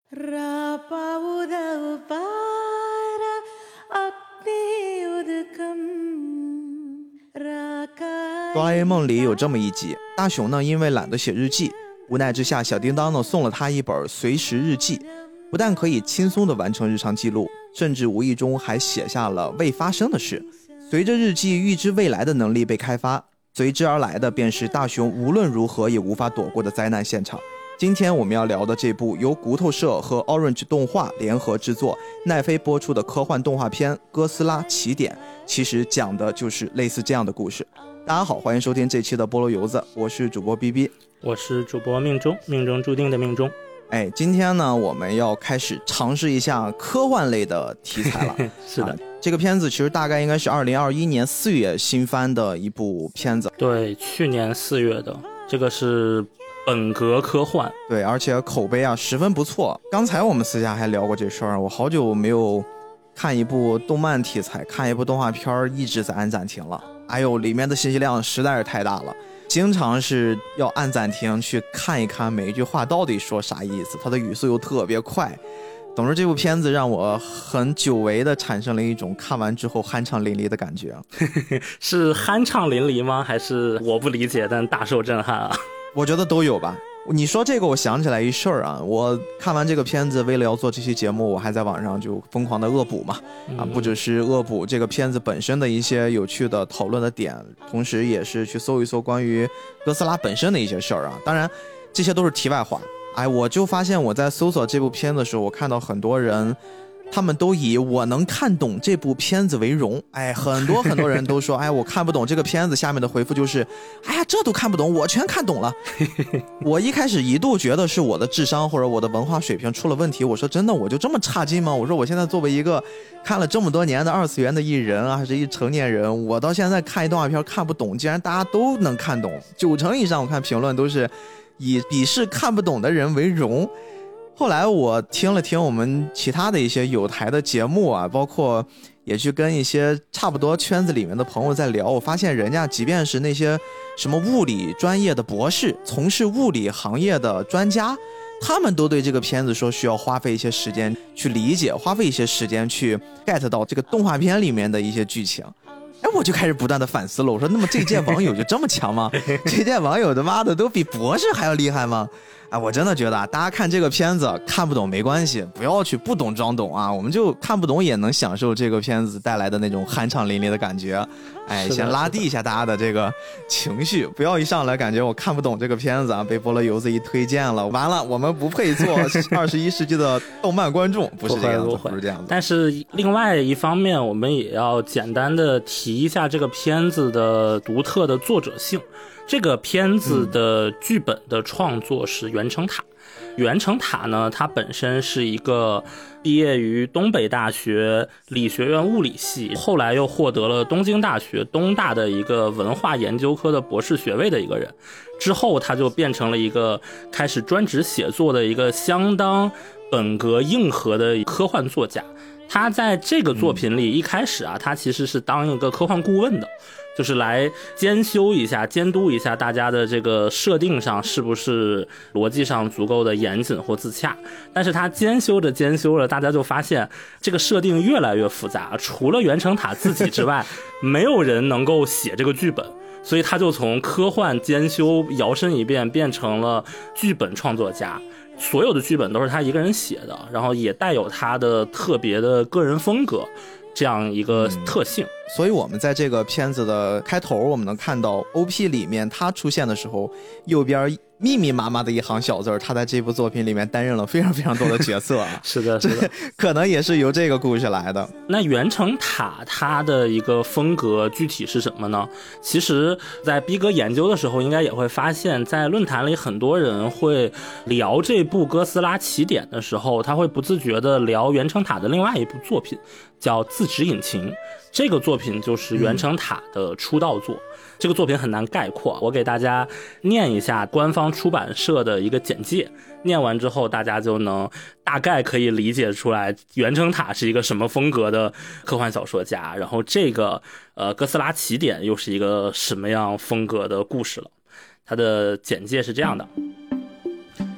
哆啦 A 梦里有这么一集，大雄呢因为懒得写日记，无奈之下小叮当呢送了他一本随时日记，不但可以轻松地完成日常记录，甚至无意中还写下了未发生的事。随着日记预知未来的能力被开发，随之而来的便是大雄无论如何也无法躲过的灾难现场。今天我们要聊的这部由骨头社和 Orange 动画联合制作，奈飞播出的科幻动画片《哥斯拉：起点》，其实讲的就是类似这样的故事。大家好，欢迎收听这期的菠萝油子，我是主播 BB， 我是主播命中注定的命中。 今天呢我们要开始尝试一下科幻类的题材了。 是的， 这个片子其实大概应该是2021年4月新番的一部片子。 对，去年4月的，这个是本格科幻。 对，而且口碑十分不错。刚才我们私下还聊过这事儿，我好久没有看一部动漫题材，看一部动画片一直在按暂停了。哎呦，里面的信息量实在是太大了，经常是要按暂停去看一看每一句话到底说啥意思，它的语速又特别快。总之这部片子让我很久违的产生了一种看完之后酣畅淋漓的感觉。 是酣畅淋漓吗？还是我不理解但大受震撼啊？ 我觉得都有吧。你说这个我想起来一事儿啊，我看完这个片子，为了要做这期节目，我还在网上就疯狂的恶补嘛，不只是恶补这个片子本身的一些有趣的讨论的点，同时也是去搜一搜关于哥斯拉本身的一些事儿啊。当然这些都是题外话。我就发现我在搜索这部片的时候，我看到很多人他们都以我能看懂这部片子为荣。很多人都说我看不懂这个片子，下面的回复就是这都看不懂，我全看懂了。我一开始一度觉得是我的智商或者我的文化水平出了问题，我说真的我就这么差劲吗？我说我现在作为一个看了这么多年的二次元的艺人还是一成年人，我到现在看一动画片看不懂，竟然大家都能看懂，90%以上我看评论都是以鄙视看不懂的人为荣。后来我听了听我们其他的一些有台的节目包括也去跟一些差不多圈子里面的朋友在聊，我发现人家即便是那些什么物理专业的博士，从事物理行业的专家，他们都对这个片子说需要花费一些时间去理解，花费一些时间去 get 到这个动画片里面的一些剧情。我就开始不断的反思了，我说那么这届网友就这么强吗？这届网友的妈的都比博士还要厉害吗？我真的觉得大家看这个片子看不懂没关系，不要去不懂装懂我们就看不懂也能享受这个片子带来的那种酣畅淋漓的感觉。先拉低一下大家的这个情绪，不要一上来感觉我看不懂这个片子被菠萝油子一推荐了，完了我们不配做21世纪的动漫观众，不是这样子，不是这样子。 但是另外一方面，我们也要简单的提一下这个片子的独特的作者性。这个片子的剧本的创作是袁成塔。袁成塔呢，他本身是一个毕业于东北大学理学院物理系，后来又获得了东京大学东大的一个文化研究科的博士学位的一个人。之后他就变成了一个开始专职写作的一个相当本格硬核的科幻作家。他在这个作品里一开始他其实是当一个科幻顾问的，就是来监修一下监督一下大家的这个设定上是不是逻辑上足够的严谨或自洽。但是他监修着大家就发现这个设定越来越复杂，除了袁成塔自己之外没有人能够写这个剧本，所以他就从科幻监修摇身一变变成了剧本创作家。所有的剧本都是他一个人写的，然后也带有他的特别的个人风格这样一个特性。 所以我们在这个片子的开头，我们能看到 OP 里面他出现的时候，右边密密麻麻的一行小字，他在这部作品里面担任了非常非常多的角色是的， 可能也是由这个故事来的。 那袁成塔他的一个风格具体是什么呢？其实在逼格研究的时候应该也会发现，在论坛里很多人会聊这部哥斯拉起点的时候，他会不自觉的聊袁成塔的另外一部作品叫自指引擎。这个作品就是袁成塔的出道作。这个作品很难概括，我给大家念一下官方出版社的一个简介，念完之后大家就能大概可以理解出来袁成塔是一个什么风格的科幻小说家，然后这个哥斯拉起点又是一个什么样风格的故事了。它的简介是这样的：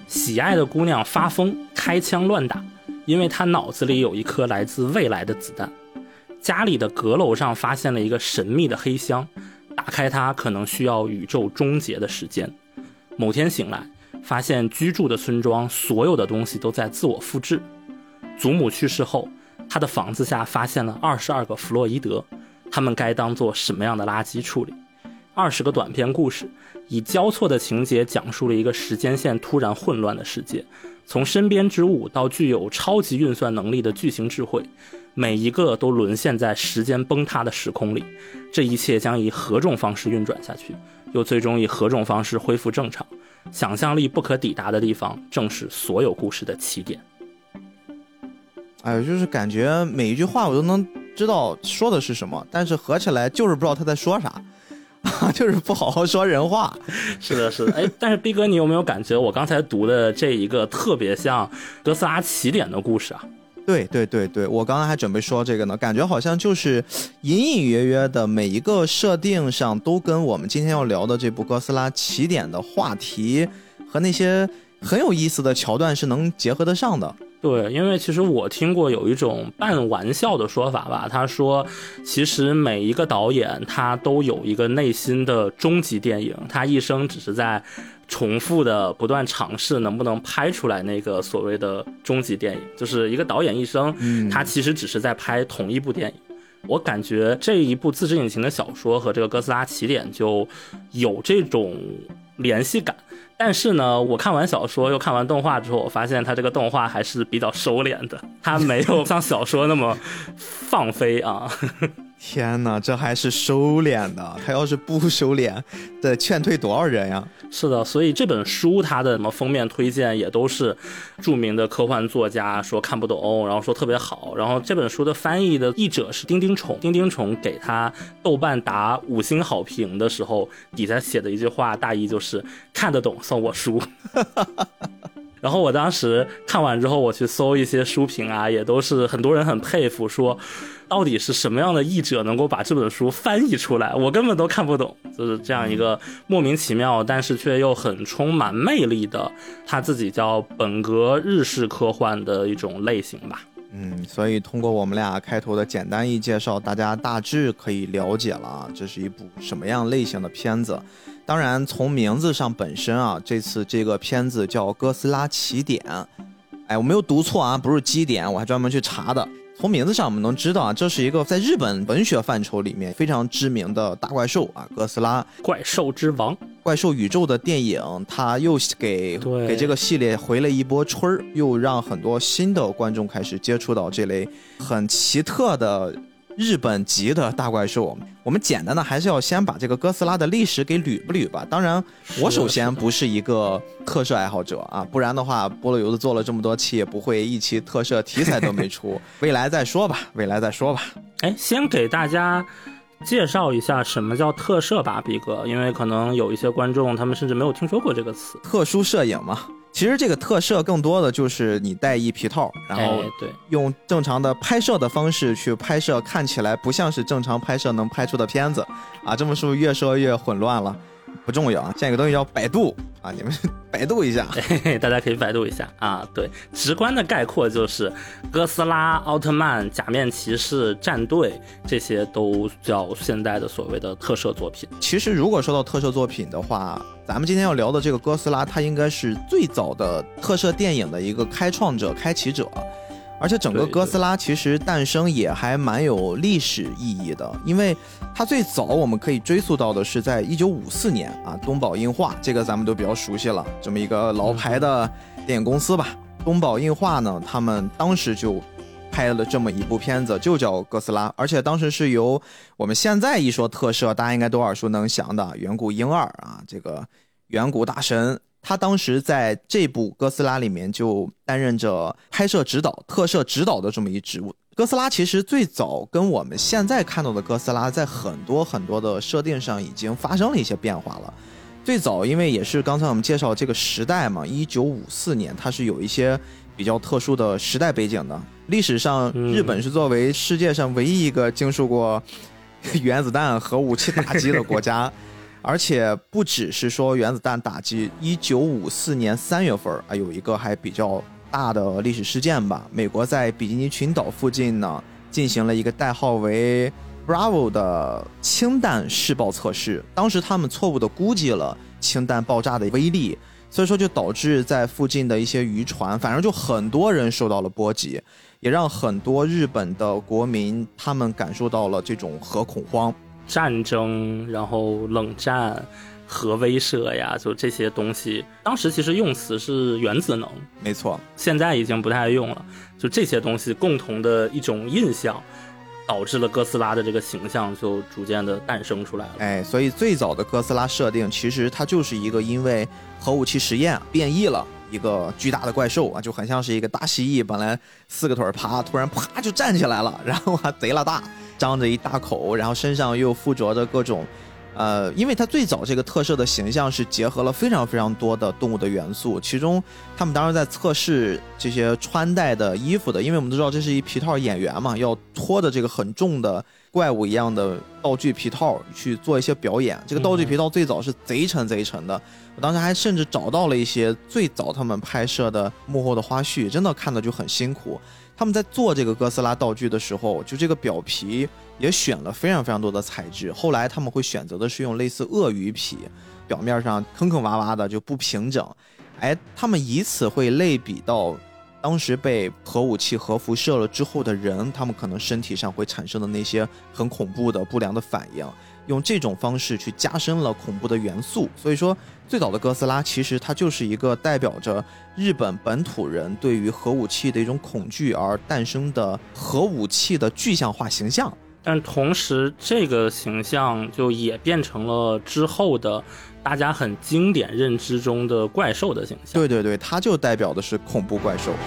喜爱的姑娘发疯，开枪乱打，因为她脑子里有一颗来自未来的子弹。家里的阁楼上发现了一个神秘的黑箱，打开它可能需要宇宙终结的时间。某天醒来，发现居住的村庄所有的东西都在自我复制。祖母去世后，他的房子下发现了22个弗洛伊德，他们该当做什么样的垃圾处理？20个短篇故事，以交错的情节讲述了一个时间线突然混乱的世界，从身边之物到具有超级运算能力的巨型智慧，每一个都沦陷在时间崩塌的时空里。这一切将以何种方式运转下去，又最终以何种方式恢复正常？想象力不可抵达的地方，正是所有故事的起点。 哎，就是感觉每一句话我都能知道说的是什么，但是合起来就是不知道他在说啥，就是不好好说人话。 是的，是的。哎，但是逼哥，你有没有感觉我刚才读的这一个特别像哥斯拉起点的故事啊？ 对对对对，我刚刚还准备说这个呢，感觉好像就是隐隐约约的每一个设定上都跟我们今天要聊的这部哥斯拉起点的话题和那些很有意思的桥段是能结合得上的。 对，因为其实我听过有一种半玩笑的说法吧，他说其实每一个导演他都有一个内心的终极电影，他一生只是在重复的不断尝试能不能拍出来那个所谓的终极电影，就是一个导演一生他其实只是在拍同一部电影。我感觉这一部自制引擎的小说和这个哥斯拉起点就有这种联系感。但是呢，我看完小说又看完动画之后，我发现它这个动画还是比较收敛的，它没有像小说那么放飞啊。 天哪，这还是收敛的，他要是不收敛得劝退多少人呀？ 是的，所以这本书它的什么封面推荐也都是著名的科幻作家说看不懂，然后说特别好。然后这本书的翻译的译者是丁丁虫，丁丁虫给他豆瓣打5星好评的时候，底下写的一句话大意就是看得懂送我书。然后我当时看完之后，我去搜一些书评啊，也都是很多人很佩服，说到底是什么样的译者能够把这本书翻译出来，我根本都看不懂。就是这样一个莫名其妙但是却又很充满魅力的，他自己叫本格日式科幻的一种类型吧。 所以通过我们俩开头的简单一介绍，大家大致可以了解了这是一部什么样类型的片子。当然从名字上本身啊，这次这个片子叫哥斯拉起点，哎，我没有读错啊，不是基点，我还专门去查的。从名字上我们能知道啊，这是一个在日本文学范畴里面非常知名的大怪兽啊，哥斯拉， 怪兽之王， 怪兽宇宙的电影，它又给这个系列回了一波春儿，又让很多新的观众开始接触到这类很奇特的日本籍的大怪兽。我们简单的还是要先把这个哥斯拉的历史给捋不捋吧。当然我首先不是一个特摄爱好者啊，不然的话菠萝油子做了这么多期也不会一期特摄题材都没出。未来再说吧。 哎，先给大家介绍一下什么叫特摄吧，毕哥，因为可能有一些观众他们甚至没有听说过这个词。 特殊摄影嘛，其实这个特摄更多的就是你戴一皮套，然后用正常的拍摄的方式去拍摄看起来不像是正常拍摄能拍出的片子啊。这么说越说越混乱了，不重要啊。现在有个东西叫百度啊，你们百度一下， 大家可以百度一下啊。对，直观的概括就是哥斯拉、奥特曼、假面骑士、战队，这些都叫现代的所谓的特摄作品。 其实如果说到特摄作品的话，咱们今天要聊的这个哥斯拉，它应该是最早的特摄电影的一个开创者、开启者。而且整个哥斯拉其实诞生也还蛮有历史意义的，因为它最早我们可以追溯到的是在1954年啊，东宝映画，这个咱们都比较熟悉了，这么一个老牌的电影公司吧。东宝映画呢，他们当时就拍了这么一部片子，就叫哥斯拉，而且当时是由我们现在一说特摄大家应该都耳熟能详的远古婴儿啊，这个远古大神，他当时在这部哥斯拉里面就担任着拍摄指导、特摄指导的这么一职务。哥斯拉其实最早跟我们现在看到的哥斯拉在很多的设定上已经发生了一些变化了。最早因为也是刚才我们介绍这个时代嘛，1954年它是有一些比较特殊的时代背景的。历史上日本是作为世界上唯一一个经受过原子弹核武器打击的国家而且不只是说原子弹打击，1954年3月份有一个还比较大的历史事件吧，美国在比基尼群岛附近呢进行了一个代号为 Bravo 的氢弹试爆测试，当时他们错误地估计了氢弹爆炸的威力，所以说就导致在附近的一些渔船，反正就很多人受到了波及，也让很多日本的国民他们感受到了这种核恐慌。 战争，然后冷战、核威慑呀，就这些东西，当时其实用词是原子能， 没错， 现在已经不太用了。就这些东西共同的一种印象，导致了哥斯拉的这个形象就逐渐的诞生出来了。 所以最早的哥斯拉设定其实它就是一个因为核武器实验变异了一个巨大的怪兽啊，就很像是一个大蜥蜴，本来4个腿爬，突然啪就站起来了，然后还贼拉大，张着一大口，然后身上又附着着各种因为它最早这个特摄的形象是结合了非常非常多的动物的元素，其中他们当时在测试这些穿戴的衣服的，因为我们都知道这是一皮套演员嘛，要拖着这个很重的怪物一样的道具皮套去做一些表演，这个道具皮套最早是贼沉贼沉的，我当时还甚至找到了一些最早他们拍摄的幕后的花絮，真的看的就很辛苦。他们在做这个哥斯拉道具的时候，就这个表皮也选了非常非常多的材质，后来他们会选择的是用类似鳄鱼皮，表面上坑坑洼洼的就不平整，他们以此会类比到当时被核武器核辐射了之后的人，他们可能身体上会产生的那些很恐怖的不良的反应，用这种方式去加深了恐怖的元素。所以说最早的哥斯拉其实它就是一个代表着日本本土人对于核武器的一种恐惧而诞生的核武器的具象化形象， 但同时这个形象就也变成了之后的大家很经典认知中的怪兽的形象。 对对对，它就代表的是恐怖怪兽。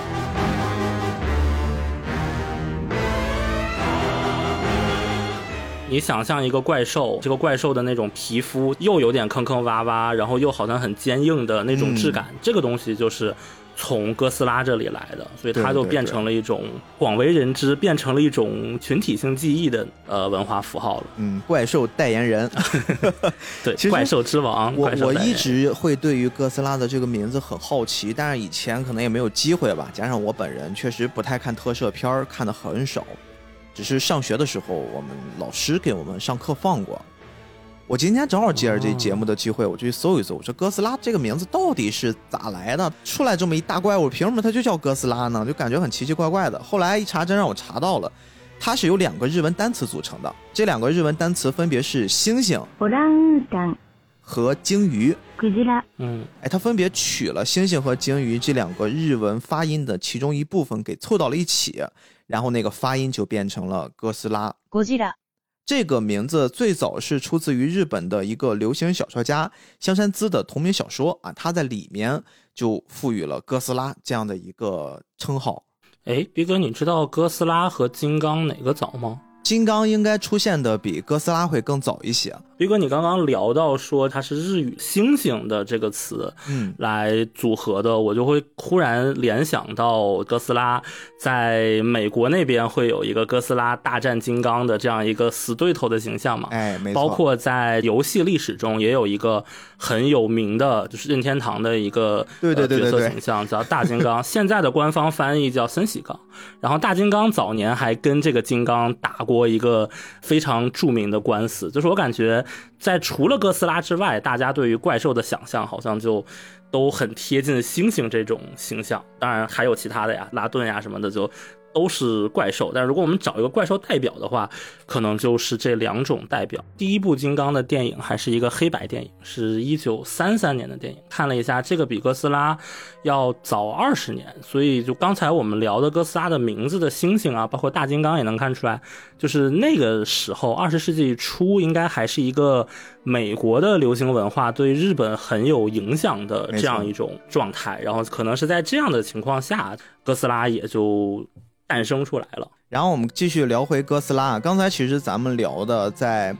你想象一个怪兽，这个怪兽的那种皮肤又有点坑坑洼洼，然后又好像很坚硬的那种质感，这个东西就是从哥斯拉这里来的，所以它就变成了一种广为人知，变成了一种群体性记忆的文化符号了。 怪兽代言人。 对，怪兽之王。 我一直会对于哥斯拉的这个名字很好奇，但是以前可能也没有机会吧，加上我本人确实不太看特摄片，看的很少，只是上学的时候我们老师给我们上课放过。我今天正好借着这节目的机会，我就去搜一搜，我说哥斯拉这个名字到底是咋来的？出来这么一大怪物，凭什么它就叫哥斯拉呢？就感觉很奇奇怪怪的。后来一查，真让我查到了，它是由2个日文单词组成的，这2个日文单词分别是猩猩和鲸鱼。它分别取了猩猩和鲸鱼这2个日文发音的其中一部分给凑到了一起，然后那个发音就变成了哥斯拉。这个名字最早是出自于日本的一个流行小说家香山资的同名小说啊，他在里面就赋予了哥斯拉这样的一个称号。 逼哥，你知道哥斯拉和金刚哪个早吗？ 金刚应该出现的比哥斯拉会更早一些。 逼哥，你刚刚聊到说它是日语猩猩的这个词来组合的，我就会忽然联想到哥斯拉在美国那边会有一个哥斯拉大战金刚的这样一个死对头的形象嘛。 没错。 包括在游戏历史中也有一个很有名的就是任天堂的一个角色形象叫大金刚，现在的官方翻译叫森喜刚。然后大金刚早年还跟这个金刚打过一个非常著名的官司，就是我感觉在除了哥斯拉之外，大家对于怪兽的想象好像就都很贴近猩猩这种形象，当然还有其他的呀，拉顿呀什么的就都是怪兽，但是如果我们找一个怪兽代表的话，可能就是这2种代表。第一部金刚的电影还是一个黑白电影，是1933年的电影，看了一下，这个比哥斯拉要早20年，所以就刚才我们聊的哥斯拉的名字的猩猩啊，包括大金刚也能看出来，就是那个时候20世纪初应该还是一个美国的流行文化对日本很有影响的这样一种状态，然后可能是在这样的情况下，哥斯拉也就诞生出来了。 然后我们继续聊回哥斯拉，刚才其实咱们聊的在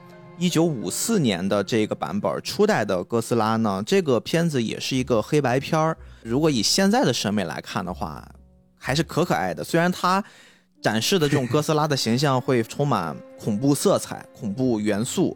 1954年的这个版本初代的哥斯拉呢，这个片子也是一个黑白片，如果以现在的审美来看的话还是可爱的，虽然它展示的这种哥斯拉的形象会充满恐怖色彩恐怖元素，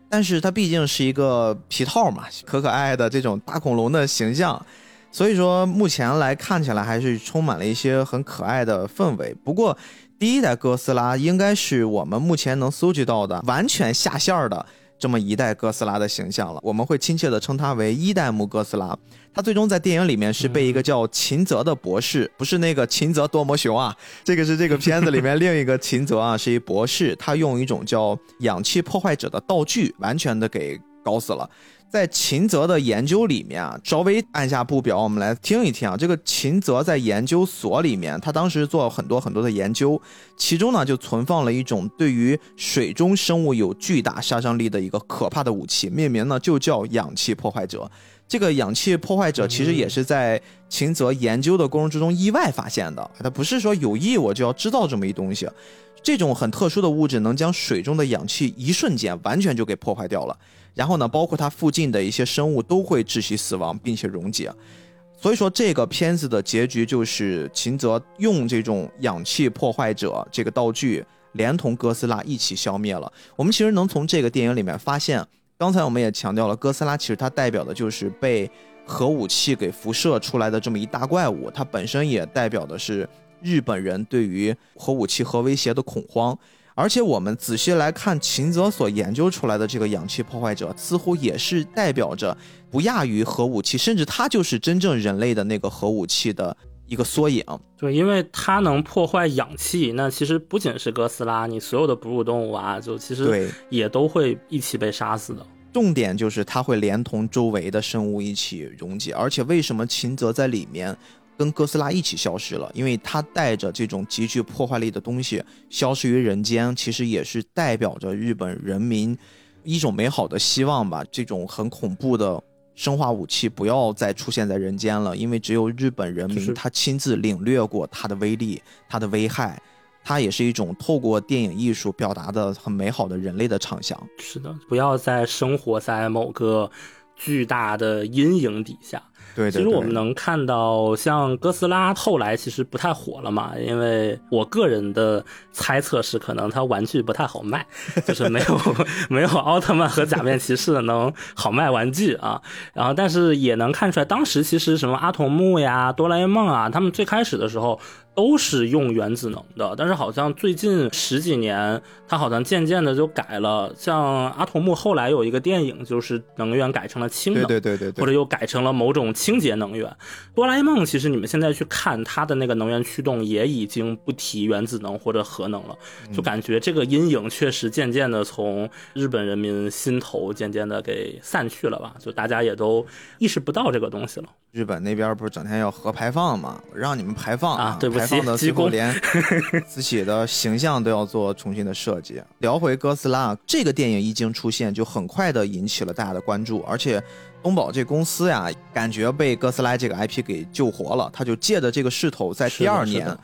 但是它毕竟是一个皮套嘛，可可爱爱的这种大恐龙的形象，所以说目前来看起来还是充满了一些很可爱的氛围。不过第一代哥斯拉应该是我们目前能搜集到的完全下线的这么一代哥斯拉的形象了，我们会亲切的称它为一代目哥斯拉。他最终在电影里面是被一个叫秦泽的博士，不是那个秦泽多摩雄啊，这个是这个片子里面另一个秦泽啊，是一博士，他用一种叫氧气破坏者的道具完全的给搞死了。在秦泽的研究里面啊，稍微按下不表，我们来听一听啊。这个秦泽在研究所里面，他当时做了很多的研究，其中呢就存放了一种对于水中生物有巨大杀伤力的一个可怕的武器，命名呢就叫氧气破坏者。这个氧气破坏者其实也是在秦泽研究的过程之中意外发现的，他不是说有意我就要知道这么一东西。这种很特殊的物质能将水中的氧气一瞬间完全就给破坏掉了，然后呢，包括它附近的一些生物都会窒息死亡并且溶解。所以说这个片子的结局就是秦泽用这种氧气破坏者这个道具连同哥斯拉一起消灭了。我们其实能从这个电影里面发现，刚才我们也强调了，哥斯拉其实它代表的就是被核武器给辐射出来的这么一大怪物，它本身也代表的是日本人对于核武器核威胁的恐慌。而且我们仔细来看秦泽所研究出来的这个氧气破坏者，似乎也是代表着不亚于核武器，甚至它就是真正人类的那个核武器的一个缩影。 对，因为它能破坏氧气，那其实不仅是哥斯拉，你所有的哺乳动物啊，就其实也都会一起被杀死的。 重点就是它会连同周围的生物一起溶解。而且为什么秦泽在里面跟哥斯拉一起消失了？因为它带着这种极具破坏力的东西消失于人间，其实也是代表着日本人民一种美好的希望吧。这种很恐怖的生化武器不要再出现在人间了，因为只有日本人民他亲自领略过它的威力，它的危害，它也是一种透过电影艺术表达的很美好的人类的畅想。 是的，不要再生活在某个巨大的阴影底下。 对， 其实我们能看到像哥斯拉后来其实不太火了嘛，因为我个人的猜测是可能它玩具不太好卖，就是没有奥特曼和假面骑士能好卖玩具啊。然后但是也能看出来，当时其实什么阿童木呀、哆啦 A 梦啊，他们最开始的时候都是用原子能的，但是好像最近10几年它好像渐渐的就改了，像阿童木后来有一个电影就是能源改成了氢能， 对， 或者又改成了某种清洁能源。哆啦 A 梦其实你们现在去看它的那个能源驱动也已经不提原子能或者核能了，就感觉这个阴影确实渐渐的从日本人民心头渐渐的给散去了吧，就大家也都意识不到这个东西了。 日本那边不是整天要核排放吗？让你们排放啊，对不起， 排放的最后连自己的形象都要做重新的设计。聊回哥斯拉，这个电影一经出现就很快的引起了大家的关注，而且东宝这公司呀，感觉被哥斯拉这个 IP 给救活了，他就借着这个势头，在第二年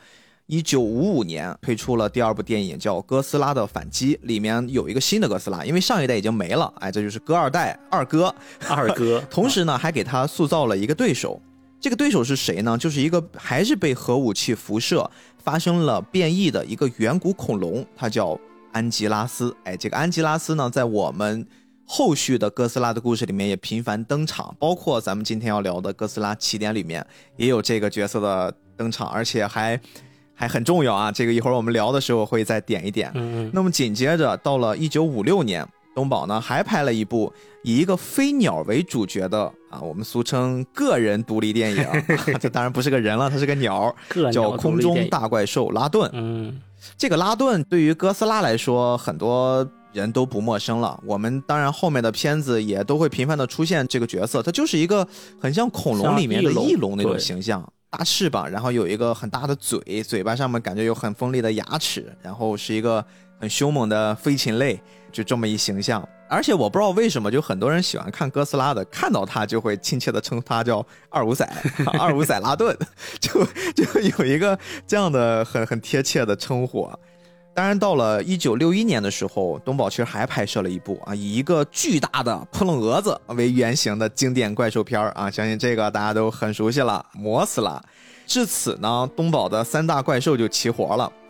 1955年推出了第二部电影叫《哥斯拉的反击》，里面有一个新的哥斯拉，因为上一代已经没了，这就是哥二代二哥同时呢还给他塑造了一个对手。这个对手是谁呢？就是一个还是被核武器辐射发生了变异的一个远古恐龙，它叫安吉拉斯。这个安吉拉斯呢，在我们后续的哥斯拉的故事里面也频繁登场，包括咱们今天要聊的哥斯拉起点里面也有这个角色的登场，而且还很重要啊，这个一会儿我们聊的时候会再点一点。那么紧接着到了1956年，东宝呢还拍了一部以一个飞鸟为主角的我们俗称个人独立电影这当然不是个人了，它是个鸟，叫空中大怪兽拉顿。这个拉顿对于哥斯拉来说很多人都不陌生了，我们当然后面的片子也都会频繁的出现这个角色，它就是一个很像恐龙里面的翼龙那种形象，大翅膀，然后有一个很大的嘴，嘴巴上面感觉有很锋利的牙齿，然后是一个很凶猛的飞禽类，就这么一形象。而且我不知道为什么就很多人喜欢看哥斯拉的，看到他就会亲切的称他叫二五仔二五仔拉顿就有一个这样的很贴切的称呼。当然到了1961年的时候，东宝其实还拍摄了一部以一个巨大的扑棱蛾子为原型的经典怪兽片相信这个大家都很熟悉了，摩斯拉。至此呢，东宝的3大怪兽就齐活了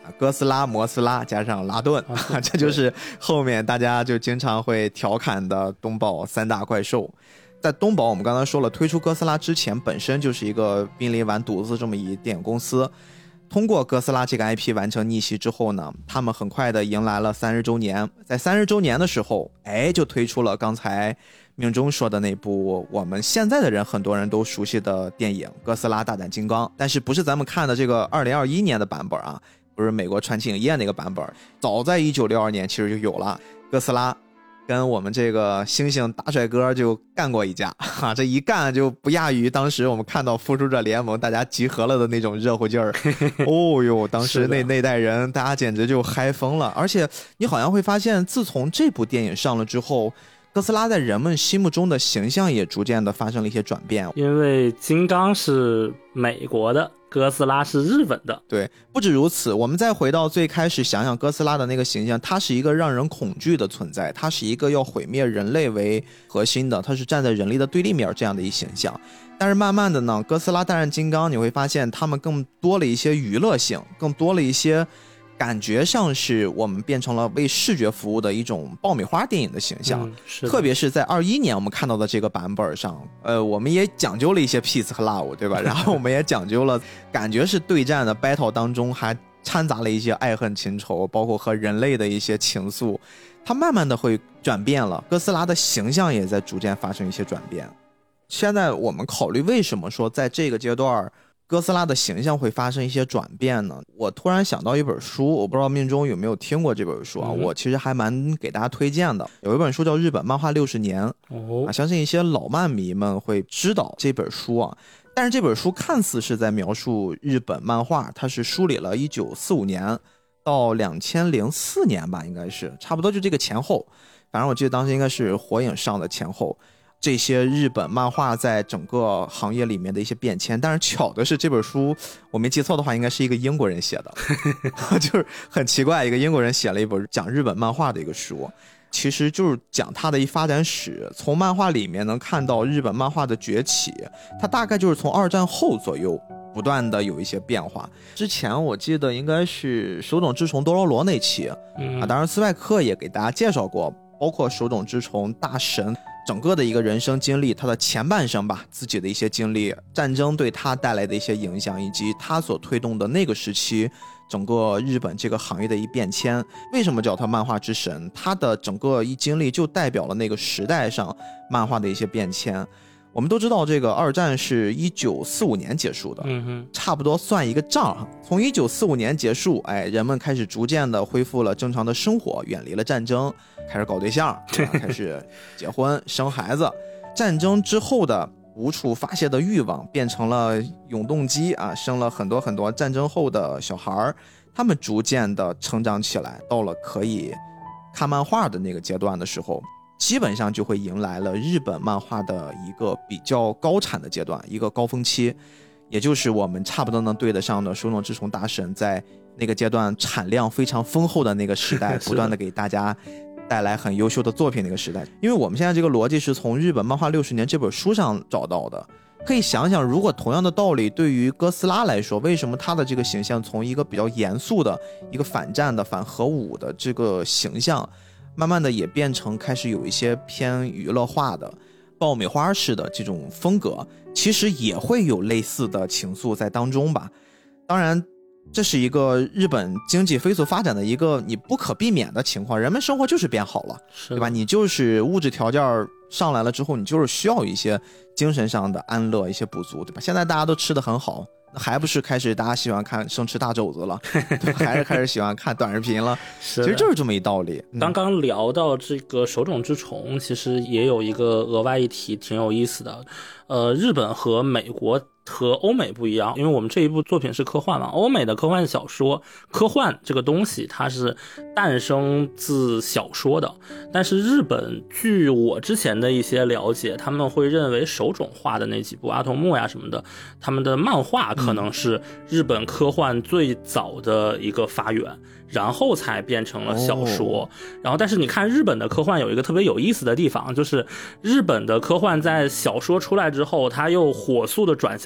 哥斯拉、摩斯拉加上拉顿，这就是后面大家就经常会调侃的东宝3大怪兽。在东宝我们刚才说了，推出哥斯拉之前本身就是一个濒临完犊子这么一电影公司，通过哥斯拉这个 IP 完成逆袭之后呢，他们很快的迎来了30周年。在30周年的时候，就推出了刚才命中说的那部我们现在的人很多人都熟悉的电影《哥斯拉大战金刚》，但是不是咱们看的这个2021年的版本啊，不是美国传奇影业那个版本，早在1962年其实就有了。哥斯拉跟我们这个猩猩大帅哥就干过一架这一干就不亚于当时我们看到复仇者联盟大家集合了的那种热乎劲儿哦哟，当时那代人大家简直就嗨疯了。而且你好像会发现，自从这部电影上了之后，哥斯拉在人们心目中的形象也逐渐的发生了一些转变。 因为金刚是美国的，哥斯拉是日本的。 对，不止如此，我们再回到最开始想想哥斯拉的那个形象，它是一个让人恐惧的存在，它是一个要毁灭人类为核心的，它是站在人类的对立面这样的一形象。但是慢慢的呢，哥斯拉大战金刚你会发现他们更多了一些娱乐性，更多了一些感觉像是我们变成了为视觉服务的一种爆米花电影的形象。特别是在21年我们看到的这个版本上，我们也讲究了一些 peace 和 love， 对吧？然后我们也讲究了感觉是对战的 battle 当中还掺杂了一些爱恨情仇，包括和人类的一些情愫，它慢慢的会转变了，哥斯拉的形象也在逐渐发生一些转变。现在我们考虑为什么说在这个阶段哥斯拉的形象会发生一些转变呢？我突然想到一本书，我不知道命中有没有听过这本书啊？我其实还蛮给大家推荐的。有一本书叫《日本漫画60年》相信一些老漫迷们会知道这本书啊。但是这本书看似是在描述日本漫画，它是梳理了1945年到2004年吧，应该是差不多就这个前后。反正我记得当时应该是火影上的前后。这些日本漫画在整个行业里面的一些变迁，但是巧的是这本书我没记错的话应该是一个英国人写的就是很奇怪，一个英国人写了一本讲日本漫画的一个书，其实就是讲它的一发展史。从漫画里面能看到日本漫画的崛起，它大概就是从2战后左右不断的有一些变化。之前我记得应该是手冢治虫多罗罗那期当然斯派克也给大家介绍过，包括手冢治虫大神整个的一个人生经历，他的前半生吧，自己的一些经历，战争对他带来的一些影响，以及他所推动的那个时期整个日本这个行业的一变迁。为什么叫他漫画之神？他的整个一经历就代表了那个时代上漫画的一些变迁。我们都知道这个2战是1945年结束的，差不多算一个账。从1945年结束，人们开始逐渐的恢复了正常的生活，远离了战争，开始搞对象，开始结婚生孩子。战争之后的无处发泄的欲望变成了永动机生了很多很多战争后的小孩，他们逐渐的成长起来，到了可以看漫画的那个阶段的时候，基本上就会迎来了日本漫画的一个比较高产的阶段，一个高峰期，也就是我们差不多能对得上的手冢治虫大神在那个阶段产量非常丰厚的那个时代，不断的给大家带来很优秀的作品那个时代。因为我们现在这个逻辑是从日本漫画60年这本书上找到的，可以想想，如果同样的道理对于哥斯拉来说，为什么他的这个形象从一个比较严肃的一个反战的反核武的这个形象，慢慢的也变成开始有一些偏娱乐化的爆米花式的这种风格，其实也会有类似的情愫在当中吧。当然这是一个日本经济飞速发展的一个你不可避免的情况，人们生活就是变好了，对吧？你就是物质条件上来了之后，你就是需要一些精神上的安乐，一些补足，对吧？现在大家都吃得很好，还不是开始大家喜欢看生吃大肘子了还是开始喜欢看短视频了其实就是这么一道理。 刚刚聊到这个手冢治虫，其实也有一个额外一提挺有意思的。日本和美国和欧美不一样，因为我们这一部作品是科幻嘛，欧美的科幻小说，科幻这个东西它是诞生自小说的，但是日本据我之前的一些了解，他们会认为手冢画的那几部阿童木呀什么的，他们的漫画可能是日本科幻最早的一个发源，然后才变成了小说。然后但是你看日本的科幻有一个特别有意思的地方，就是日本的科幻在小说出来之后，它又火速的转向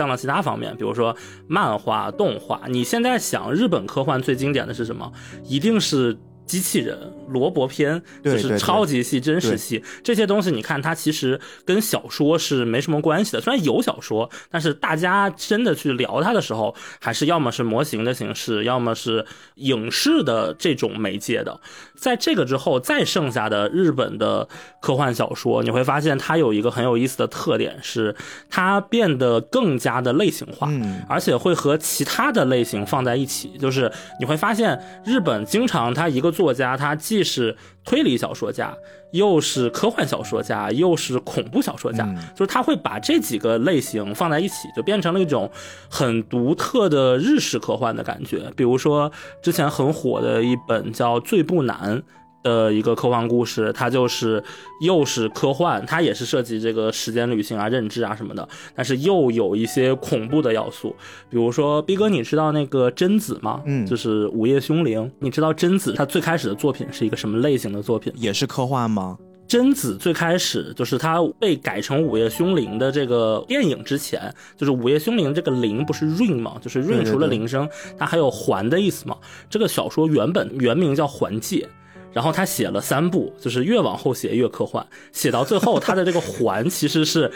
向了其他方面，比如说漫画、动画。你现在想日本科幻最经典的是什么？一定是机器人、罗伯片，就是超级系、真实系这些东西。你看它其实跟小说是没什么关系的，虽然有小说，但是大家真的去聊它的时候，还是要么是模型的形式，要么是影视的这种媒介的。在这个之后，再剩下的日本的科幻小说，你会发现它有一个很有意思的特点，是它变得更加的类型化，而且会和其他的类型放在一起。就是你会发现日本经常它一个作家，他既是推理小说家，又是科幻小说家，又是恐怖小说家，就是他会把这几个类型放在一起，就变成了一种很独特的日式科幻的感觉。比如说之前很火的一本叫《最不难》的一个科幻故事，它就是又是科幻，它也是涉及这个时间旅行啊、认知啊什么的，但是又有一些恐怖的要素。比如说逼哥，你知道那个贞子吗？就是午夜凶铃。你知道贞子它最开始的作品是一个什么类型的作品？ 也是科幻吗？ 贞子最开始就是它被改成午夜凶铃的这个电影之前，就是午夜凶铃这个铃不是 ring 吗？就是 ring 除了铃声，它还有环的意思嘛。这个小说原名叫环界，然后他写了3部，就是越往后写越科幻，写到最后他的这个环其实是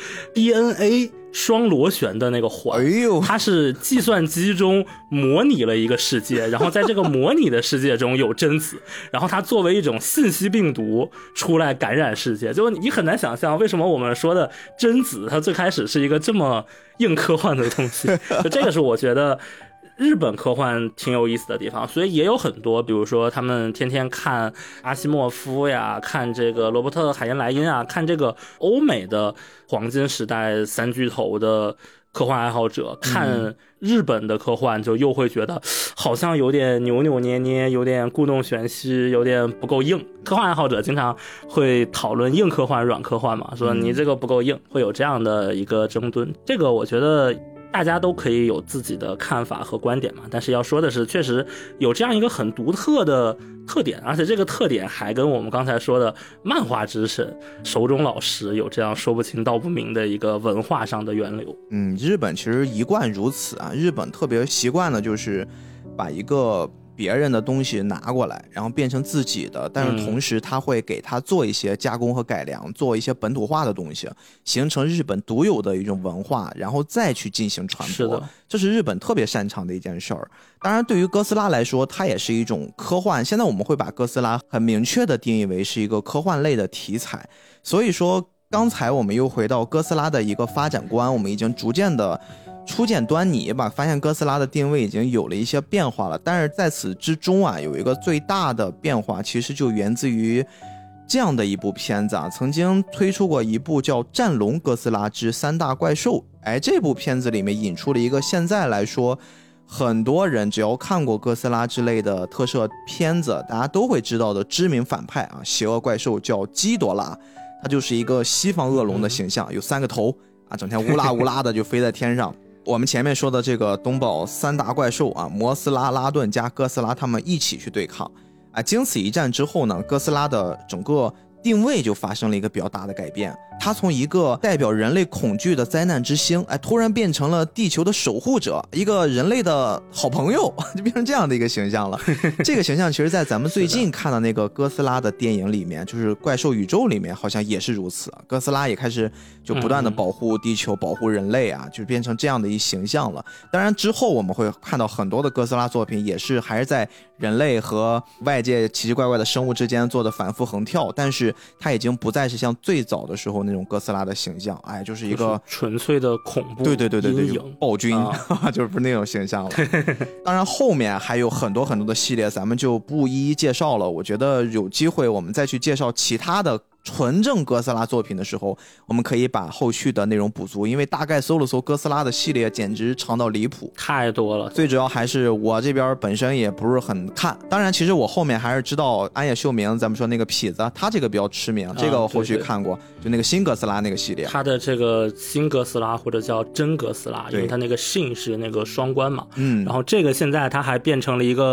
DNA 双螺旋的那个环，它是计算机中模拟了一个世界，然后在这个模拟的世界中有贞子，然后它作为一种信息病毒出来感染世界。就你很难想象为什么我们说的贞子它最开始是一个这么硬科幻的东西，就这个是我觉得日本科幻挺有意思的地方。所以也有很多，比如说他们天天看阿西莫夫呀，看这个罗伯特海因莱因啊，看这个欧美的黄金时代3巨头的科幻爱好者，看日本的科幻就又会觉得好像有点扭扭捏捏，有点故弄玄虚，有点不够硬。科幻爱好者经常会讨论硬科幻软科幻嘛，说你这个不够硬，会有这样的一个争论。这个我觉得大家都可以有自己的看法和观点嘛，但是要说的是，确实有这样一个很独特的特点，而且这个特点还跟我们刚才说的漫画之神手冢老师有这样说不清道不明的一个文化上的源流。 日本其实一贯如此啊，日本特别习惯的就是把一个别人的东西拿过来，然后变成自己的，但是同时他会给他做一些加工和改良，做一些本土化的东西，形成日本独有的一种文化，然后再去进行传播。这是日本特别擅长的一件事儿。当然对于哥斯拉来说，它也是一种科幻，现在我们会把哥斯拉很明确的定义为是一个科幻类的题材。所以说刚才我们又回到哥斯拉的一个发展观，我们已经逐渐的初见端倪吧，发现哥斯拉的定位已经有了一些变化了。但是在此之中啊，有一个最大的变化，其实就源自于这样的一部片子啊，曾经推出过一部叫《战龙哥斯拉之3大怪兽》。这部片子里面引出了一个现在来说很多人只要看过哥斯拉之类的特摄片子，大家都会知道的知名反派啊，邪恶怪兽叫基多拉。它就是一个西方恶龙的形象，有3个头啊，整天乌拉乌拉的就飞在天上。我们前面说的这个东宝3大怪兽啊，摩斯拉、拉顿加哥斯拉，他们一起去对抗啊。经此一战之后呢，哥斯拉的整个定位就发生了一个比较大的改变，它从一个代表人类恐惧的灾难之星，突然变成了地球的守护者，一个人类的好朋友，就变成这样的一个形象了。这个形象其实在咱们最近看的那个哥斯拉的电影里面，就是怪兽宇宙里面好像也是如此，哥斯拉也开始就不断的保护地球，保护人类啊，就变成这样的一形象了。当然之后我们会看到很多的哥斯拉作品也是还是在人类和外界奇奇怪怪的生物之间做的反复横跳，但是它已经不再是像最早的时候那种哥斯拉的形象，就是一个纯粹的恐怖， 对暴君，就是不是那种形象了。当然后面还有很多很多的系列，咱们就不一一介绍了。我觉得有机会我们再去介绍其他的纯正哥斯拉作品的时候，我们可以把后续的内容补足，因为大概搜了搜哥斯拉的系列简直长到离谱， 太多了。 最主要还是我这边本身也不是很看，当然其实我后面还是知道安野秀明，咱们说那个痞子，他这个比较知名，这个我后续看过，就那个新哥斯拉那个系列， 他的这个新哥斯拉或者叫真哥斯拉，因为他那个 Shin 是那个双关嘛，然后这个现在他还变成了一个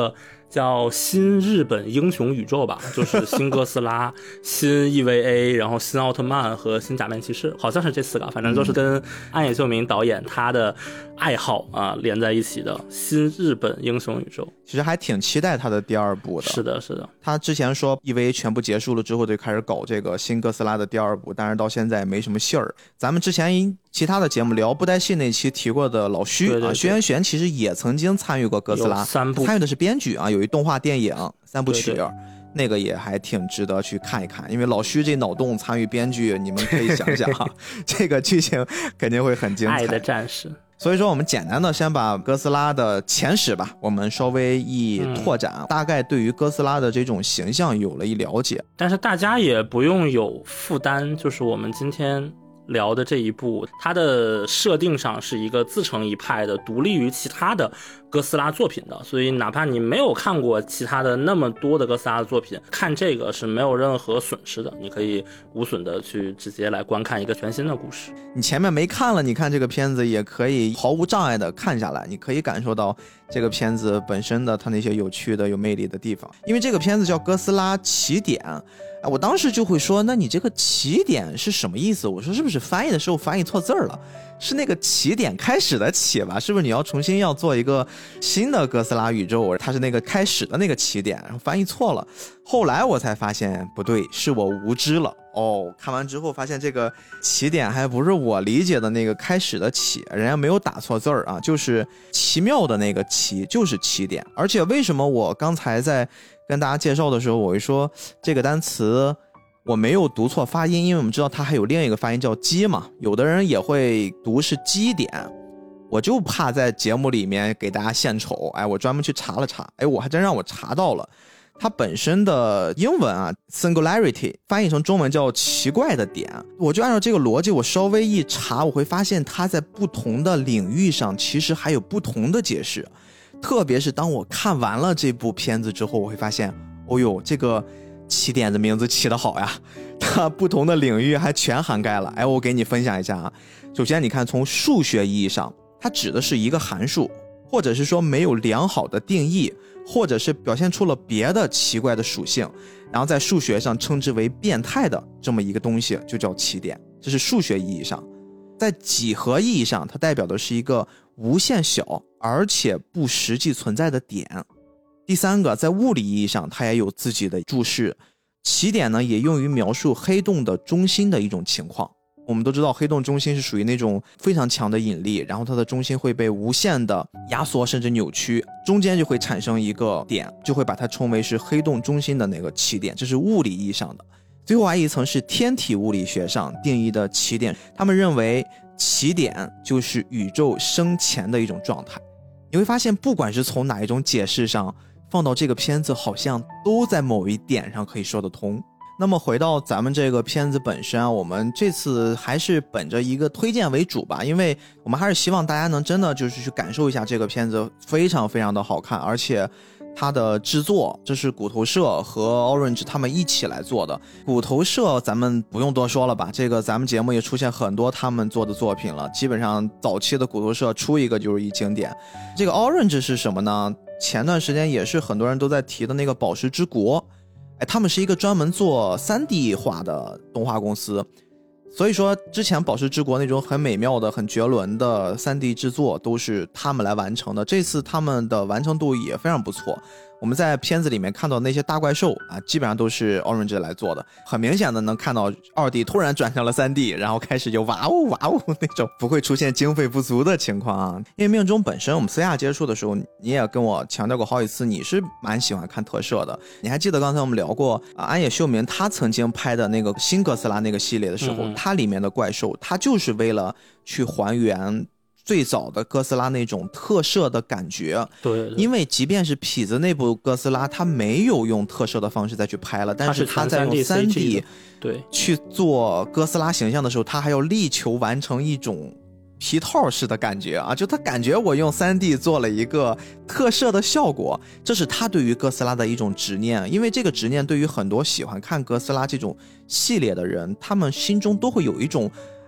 叫新日本英雄宇宙吧，就是新哥斯拉、新 EVA， 然后新奥特曼和新假面骑士，好像是这4个，反正都是跟安野秀明导演他的爱好连在一起的新日本英雄宇宙。 其实还挺期待他的第2部的。 是的，是的。 他之前说 EVA 全部结束了之后就开始搞这个新哥斯拉的第2部，但是到现在没什么信儿。咱们之前其他的节目聊布袋戏那期提过的老徐啊，徐元玄其实也曾经参与过哥斯拉 3部， 参与的是编剧有一动画电影3部曲，那个也还挺值得去看一看，因为老徐这脑洞参与编剧，你们可以想想这个剧情肯定会很精彩。 爱的战士。 所以说我们简单的先把哥斯拉的前史吧，我们稍微一拓展，大概对于哥斯拉的这种形象有了一了解。 但是大家也不用有负担，就是我们今天聊的这一部，它的设定上是一个自成一派的，独立于其他的哥斯拉作品的，所以哪怕你没有看过其他的那么多的哥斯拉的作品，看这个是没有任何损失的，你可以无损的去直接来观看一个全新的故事。 你前面没看了，你看这个片子也可以毫无障碍的看下来，你可以感受到这个片子本身的它那些有趣的有魅力的地方。因为这个片子叫哥斯拉起点，我当时就会说，那你这个起点是什么意思？我说是不是翻译的时候翻译错字了，是那个起点开始的起吧，是不是你要重新要做一个新的哥斯拉宇宙，它是那个开始的那个起点，然后翻译错了。后来我才发现不对，是我无知了。看完之后发现这个起点还不是我理解的那个开始的起，人家没有打错字啊，就是奇妙的那个奇，就是起点。而且为什么我刚才在跟大家介绍的时候我会说这个单词我没有读错发音，因为我们知道它还有另一个发音叫基嘛，有的人也会读是基点，我就怕在节目里面给大家献丑，我专门去查了查，我还真让我查到了，它本身的英文singularity 翻译成中文叫奇怪的点，我就按照这个逻辑我稍微一查，我会发现它在不同的领域上其实还有不同的解释，特别是当我看完了这部片子之后，我会发现这个起点的名字起得好呀，它不同的领域还全涵盖了。我给你分享一下首先你看，从数学意义上它指的是一个函数，或者是说没有良好的定义，或者是表现出了别的奇怪的属性，然后在数学上称之为变态的这么一个东西就叫起点，这是数学意义上。在几何意义上，它代表的是一个无限小而且不实际存在的点。第三个，在物理意义上它也有自己的注释，起点呢也用于描述黑洞的中心的一种情况。我们都知道黑洞中心是属于那种非常强的引力，然后它的中心会被无限的压缩甚至扭曲，中间就会产生一个点，就会把它称为是黑洞中心的那个起点，这是物理意义上的。最后还一层是天体物理学上定义的起点，他们认为起点就是宇宙生前的一种状态。你会发现不管是从哪一种解释上放到这个片子，好像都在某一点上可以说得通。那么回到咱们这个片子本身我们这次还是本着一个推荐为主吧，因为我们还是希望大家能真的就是去感受一下这个片子非常非常的好看，而且它的制作这是骨头社和 Orange 他们一起来做的。骨头社咱们不用多说了吧，这个咱们节目也出现很多他们做的作品了，基本上早期的骨头社出一个就是一经典。这个 Orange 是什么呢？前段时间也是很多人都在提的那个宝石之国，他们是一个专门做 3D 化的动画公司，所以说之前宝石之国那种很美妙的很绝伦的 3D 制作都是他们来完成的，这次他们的完成度也非常不错。我们在片子里面看到那些大怪兽基本上都是 Orange 来做的，很明显的能看到 2D 突然转成了 3D， 然后开始就哇哦哇哦那种，不会出现经费不足的情况因为命中本身我们私下接触的时候，你也跟我强调过好几次你是蛮喜欢看特摄的。你还记得刚才我们聊过安野秀明他曾经拍的那个新哥斯拉那个系列的时候，它里面的怪兽它就是为了去还原最早的哥斯拉那种特摄的感觉。 对， 因为即便是痞子那部哥斯拉他没有用特摄的方式再去拍了，但是他在用 3D 对去做哥斯拉形象的时候，他还要力求完成一种皮套式的感觉就他感觉我用 3D 做了一个特摄的效果，这是他对于哥斯拉的一种执念。因为这个执念对于很多喜欢看哥斯拉这种系列的人，他们心中都会有一种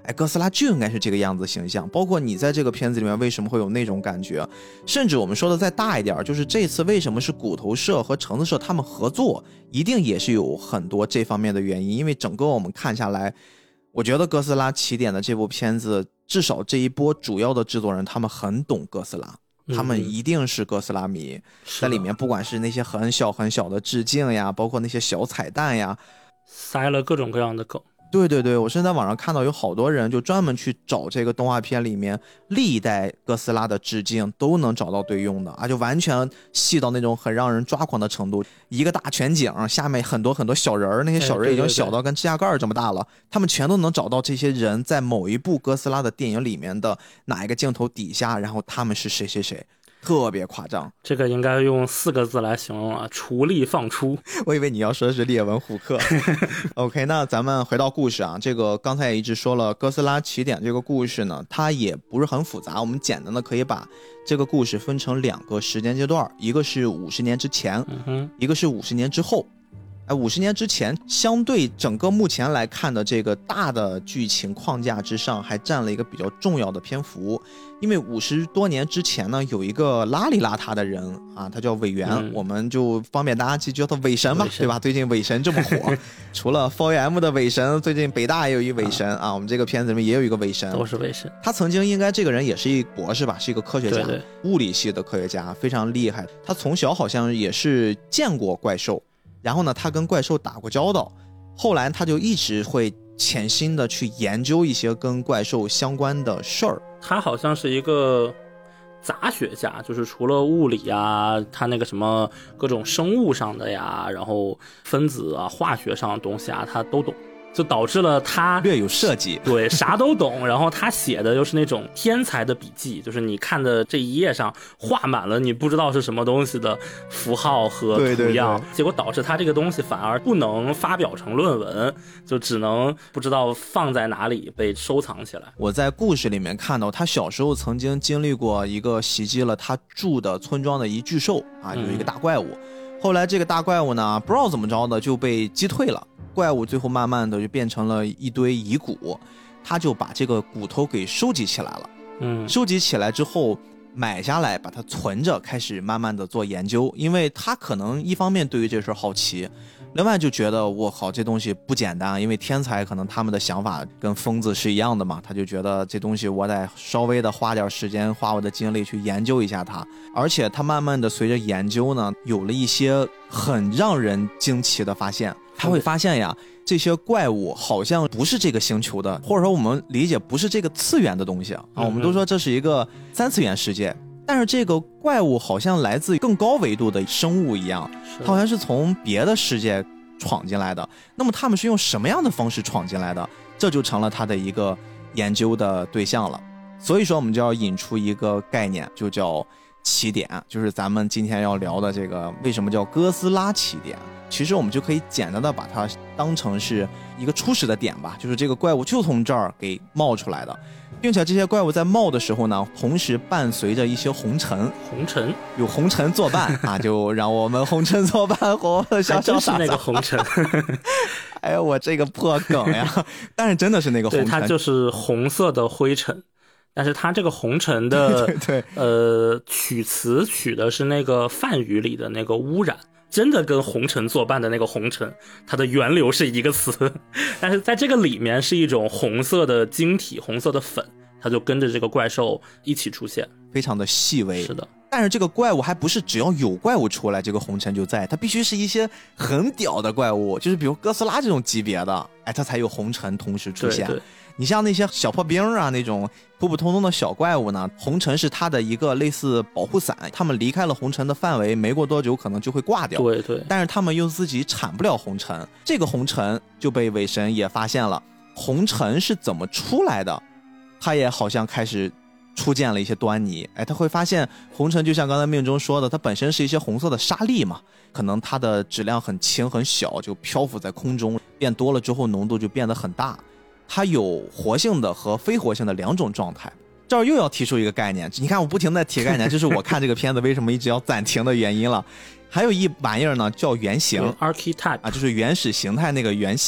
哥斯拉就应该是这个样子形象，包括你在这个片子里面为什么会有那种感觉，甚至我们说的再大一点，就是这次为什么是骨头社和橙子社他们合作，一定也是有很多这方面的原因。因为整个我们看下来，我觉得哥斯拉起点的这部片子，至少这一波主要的制作人他们很懂哥斯拉，他们一定是哥斯拉迷，在里面不管是那些很小很小的致敬呀，包括那些小彩蛋呀， 塞了各种各样的梗。 对对对，我甚至在网上看到有好多人就专门去找这个动画片里面历代哥斯拉的致敬，都能找到对用的啊，就完全细到那种很让人抓狂的程度。一个大全景下面很多很多小人，那些小人已经小到跟指甲盖这么大了，他们全都能找到这些人在某一部哥斯拉的电影里面的哪一个镜头底下，然后他们是谁谁谁。特别夸张， 这个应该用4个字来形容啊，厨力放出。 我以为你要说的是列文虎克。OK， 那咱们回到故事啊，这个刚才也一直说了，哥斯拉起点这个故事呢，它也不是很复杂，我们简单的可以把这个故事分成2个时间阶段，一个是50年之前，一个是50年之后。50年之前，相对整个目前来看的这个大的剧情框架之上，还占了一个比较重要的篇幅。因为50多年之前呢，有一个邋里邋遢的人啊，他叫韦元，我们就方便大家记，叫他韦神吧，对吧？最近韦神这么火，除了 4AM 的韦神，最近北大也有一韦神啊，我们这个片子里面也有一个韦神， 都是韦神。 他曾经应该这个人也是一博士吧，是一个科学家， 对， 物理系的科学家，非常厉害。他从小好像也是见过怪兽。然后呢，他跟怪兽打过交道，后来他就一直会潜心的去研究一些跟怪兽相关的事儿。 他好像是一个杂学家，就是除了物理啊，他那个什么各种生物上的呀，然后分子啊、化学上的东西啊，他都懂。就导致了他略有设计， 对，啥都懂。然后他写的又是那种天才的笔记，就是你看的这一页上画满了你不知道是什么东西的符号和图样， 对对对， 结果导致他这个东西反而不能发表成论文，就只能不知道放在哪里被收藏起来。 我在故事里面看到他小时候曾经经历过一个袭击了他住的村庄的一巨兽啊，有一个大怪物。后来这个大怪物呢，不知道怎么着的就被击退了，怪物最后慢慢的就变成了一堆遗骨，他就把这个骨头给收集起来了。收集起来之后买下来把它存着，开始慢慢的做研究。因为他可能一方面对于这事好奇，另外就觉得我靠这东西不简单，因为天才可能他们的想法跟疯子是一样的嘛，他就觉得这东西我得稍微的花点时间，花我的精力去研究一下它。而且他慢慢的随着研究呢，有了一些很让人惊奇的发现。他会发现呀，这些怪物好像不是这个星球的，或者说我们理解不是这个次元的东西啊。我们都说这是一个3次元世界，但是这个怪物好像来自更高维度的生物一样，它好像是从别的世界闯进来的。那么他们是用什么样的方式闯进来的？这就成了他的一个研究的对象了。所以说我们就要引出一个概念，就叫起点，就是咱们今天要聊的这个为什么叫哥斯拉起点。其实我们就可以简单的把它当成是一个初始的点吧，就是这个怪物就从这儿给冒出来的，并且这些怪物在冒的时候呢，同时伴随着一些红尘，有红尘作伴啊，就让我们红尘作伴，活得潇潇洒洒。 那个红尘， 哎呀，我这个破梗呀！但是真的是那个红尘， 对，它就是红色的灰尘。但是它这个红尘的对取词取的是那个梵语里的那个污染。真的跟红尘作伴的那个红尘，它的源流是一个词，但是在这个里面是一种红色的晶体，红色的粉，它就跟着这个怪兽一起出现， 非常的细微。 是的， 但是这个怪物还不是只要有怪物出来这个红尘就在，它必须是一些很屌的怪物，就是比如哥斯拉这种级别的，哎，它才有红尘同时出现。 对， 你像那些小破兵啊，那种普普通通的小怪物呢，红尘是它的一个类似保护伞，他们离开了红尘的范围，没过多久可能就会挂掉。 对， 但是他们又自己产不了红尘，这个红尘就被伪神也发现了，红尘是怎么出来的，他也好像开始初见了一些端倪。哎，他会发现红尘就像刚才命中说的，它本身是一些红色的沙粒嘛，可能它的质量很轻很小，就漂浮在空中，变多了之后浓度就变得很大。它有活性的和非活性的2种状态。这儿又要提出一个概念，你看我不停地提概念，这是我看这个片子为什么一直要暂停的原因了。还有一玩意儿呢，叫原型 archetype 啊，就是原始形态那个原型。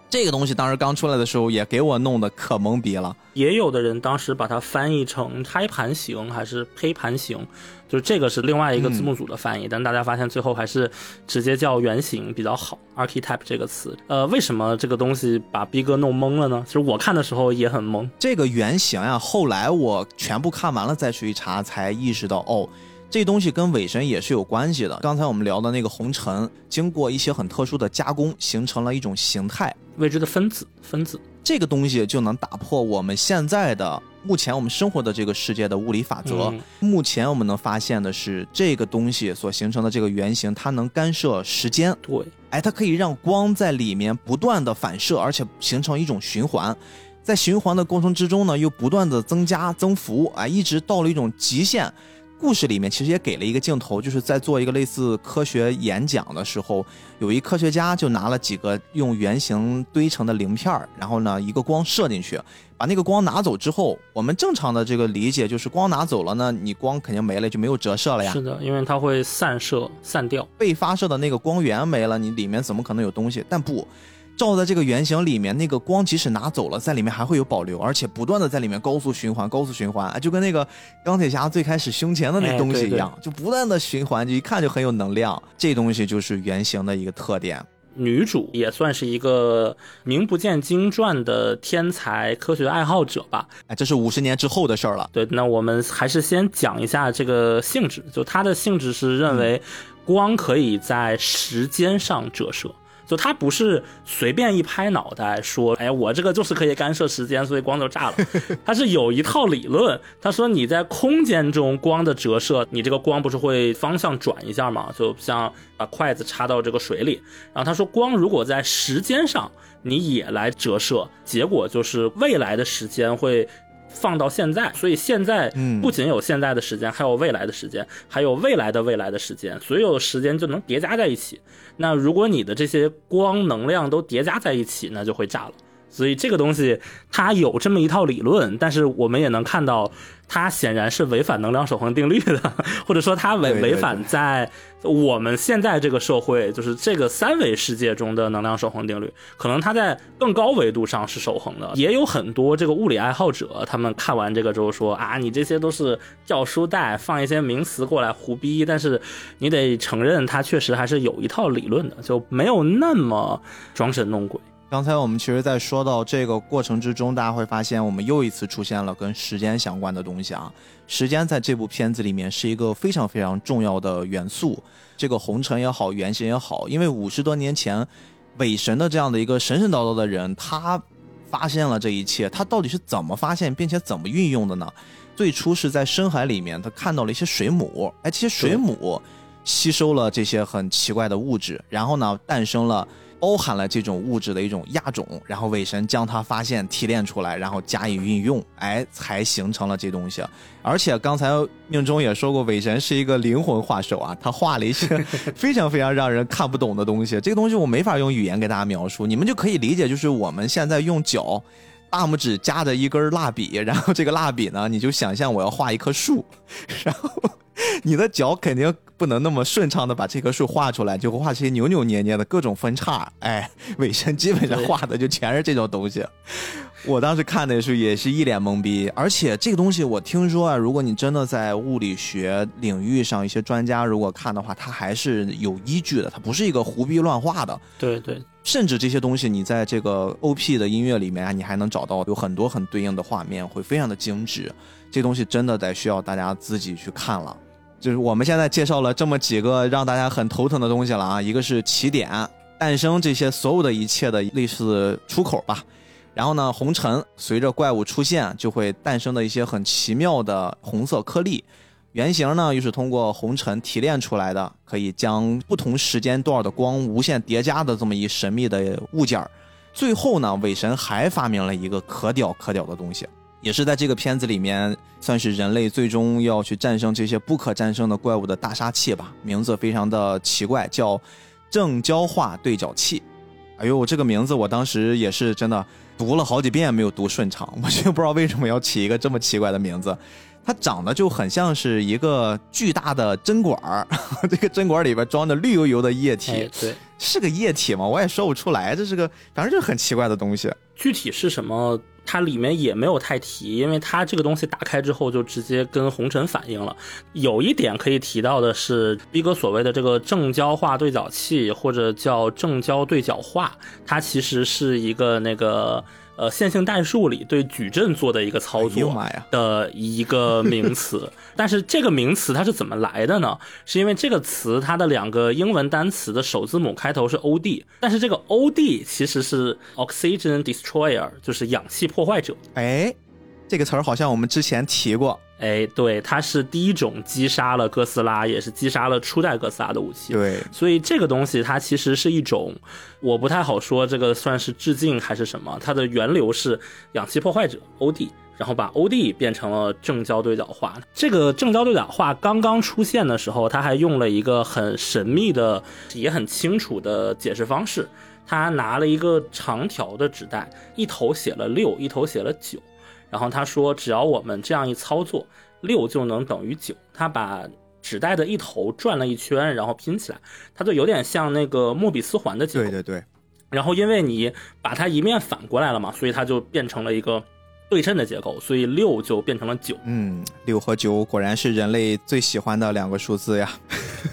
这个东西当时刚出来的时候也给我弄得可懵逼了。 也有的人当时把它翻译成胎盘形还是胚盘形，就是这个是另外一个字幕组的翻译，但大家发现最后还是直接叫原型比较好 archetype 这个词。为什么这个东西把逼哥弄懵了呢？其实我看的时候也很懵。 这个原型呀，后来我全部看完了再去一查，才意识到哦，这东西跟伪神也是有关系的。刚才我们聊的那个红尘，经过一些很特殊的加工，形成了一种形态， 未知的分子。 这个东西就能打破我们现在的目前我们生活的这个世界的物理法则。目前我们能发现的是，这个东西所形成的这个原型，它能干涉时间。 对， 它可以让光在里面不断的反射，而且形成一种循环。在循环的过程之中呢，又不断的增加增幅，一直到了一种极限。故事里面其实也给了一个镜头，就是在做一个类似科学演讲的时候，有一科学家就拿了几个用圆形堆成的鳞片，然后呢一个光射进去，把那个光拿走之后，我们正常的这个理解就是光拿走了呢，你光肯定没了，就没有折射了呀。 是的，因为它会散掉， 被发射的那个光源没了，你里面怎么可能有东西？但不，照在这个圆形里面，那个光即使拿走了，在里面还会有保留，而且不断的在里面高速循环，就跟那个钢铁侠最开始胸前的那东西一样，就不断的循环，就一看就很有能量。这东西就是原型的一个特点。 女主也算是一个名不见经传的天才科学爱好者吧。 这是50年之后的事儿了。 对，那我们还是先讲一下这个性质。就它的性质是认为光可以在时间上折射。就他不是随便一拍脑袋说，我这个就是可以干涉时间，所以光就炸了。他是有一套理论，他说你在空间中光的折射，你这个光不是会方向转一下吗？就像把筷子插到这个水里。然后他说光如果在时间上你也来折射，结果就是未来的时间会放到现在，所以现在不仅有现在的时间，还有未来的时间，还有未来的时间，所有时间就能叠加在一起。那如果你的这些光能量都叠加在一起，那就会炸了。所以这个东西它有这么一套理论，但是我们也能看到它显然是违反能量守恒定律的，或者说它违反在我们现在这个社会，就是这个3维世界中的能量守恒定律，可能它在更高维度上是守恒的。也有很多这个物理爱好者，他们看完这个之后说你这些都是掉书袋，放一些名词过来胡逼，但是你得承认它确实还是有一套理论的，就没有那么装神弄鬼。 刚才我们其实在说到这个过程之中，大家会发现我们又一次出现了跟时间相关的东西啊。时间在这部片子里面是一个非常非常重要的元素。这个红尘也好，原型也好，因为50多年前伪神的这样的一个神神叨叨的人，他发现了这一切，他到底是怎么发现并且怎么运用的呢？最初是在深海里面，他看到了一些水母，这些水母吸收了这些很奇怪的物质，然后呢诞生了包含了这种物质的一种亚种，然后伪神将它发现提炼出来，然后加以运用，才形成了这东西。而且刚才命中也说过，伪神是一个灵魂画手啊，他画了一些非常非常让人看不懂的东西。这个东西我没法用语言给大家描述，你们就可以理解，就是我们现在用脚大拇指夹着一根蜡笔，然后这个蜡笔呢，你就想象我要画一棵树，然后你的脚肯定不能那么顺畅的把这棵树画出来，就会画这些扭扭捏捏的各种分叉。伪神基本上画的就全是这种东西。我当时看的时候也是一脸懵逼，而且这个东西我听说如果你真的在物理学领域上一些专家如果看的话，它还是有依据的，它不是一个胡逼乱画的。 对对， 甚至这些东西你在这个 OP 的音乐里面你还能找到有很多很对应的画面，会非常的精致。这东西真的得需要大家自己去看了。就是我们现在介绍了这么几个让大家很头疼的东西了啊，一个是起点，诞生这些所有的一切的类似出口吧。然后呢，红尘随着怪物出现就会诞生的一些很奇妙的红色颗粒，原型呢又是通过红尘提炼出来的，可以将不同时间段的光无限叠加的这么一神秘的物件。最后呢，伪神还发明了一个可屌的东西，也是在这个片子里面算是人类最终要去战胜这些不可战胜的怪物的大杀器吧，名字非常的奇怪，叫正交化对角器。这个名字我当时也是真的读了好几遍没有读顺畅，我就不知道为什么要起一个这么奇怪的名字。 它长得就很像是一个巨大的针管这个针管里边装着绿油油的液体， 对， 是个液体吗？我也说不出来，这是个反正就是很奇怪的东西。 具体是什么它里面也没有太提，因为它这个东西打开之后就直接跟红尘反应了。有一点可以提到的是，逼哥所谓的这个正交化对角器，或者叫正交对角化，它其实是一个那个线性代数里对矩阵做的一个操作的一个名词。但是这个名词它是怎么来的呢？是因为这个词它的2个英文单词的首字母开头是 OD， 但是这个 OD 其实是 Oxygen Destroyer， 就是氧气破坏者。 这个词儿好像我们之前提过。 对，它是第一种击杀了哥斯拉，也是击杀了初代哥斯拉的武器。 对， 所以这个东西它其实是一种，我不太好说这个算是致敬还是什么，它的源流是氧气破坏者 OD， 然后把 OD 变成了正交对角化。这个正交对角化刚刚出现的时候，它还用了一个很神秘的也很清楚的解释方式，他拿了一个长条的纸袋，一头写了6，一头写了9，然后他说只要我们这样一操作，6就能等于9。他把纸袋的一头转了一圈，然后拼起来，它就有点像那个莫比斯环的结构。对。然后因为你把它一面反过来了嘛，所以它就变成了一个对称的结构，所以6就变成了9。 6和9果然是人类最喜欢的2个数字呀。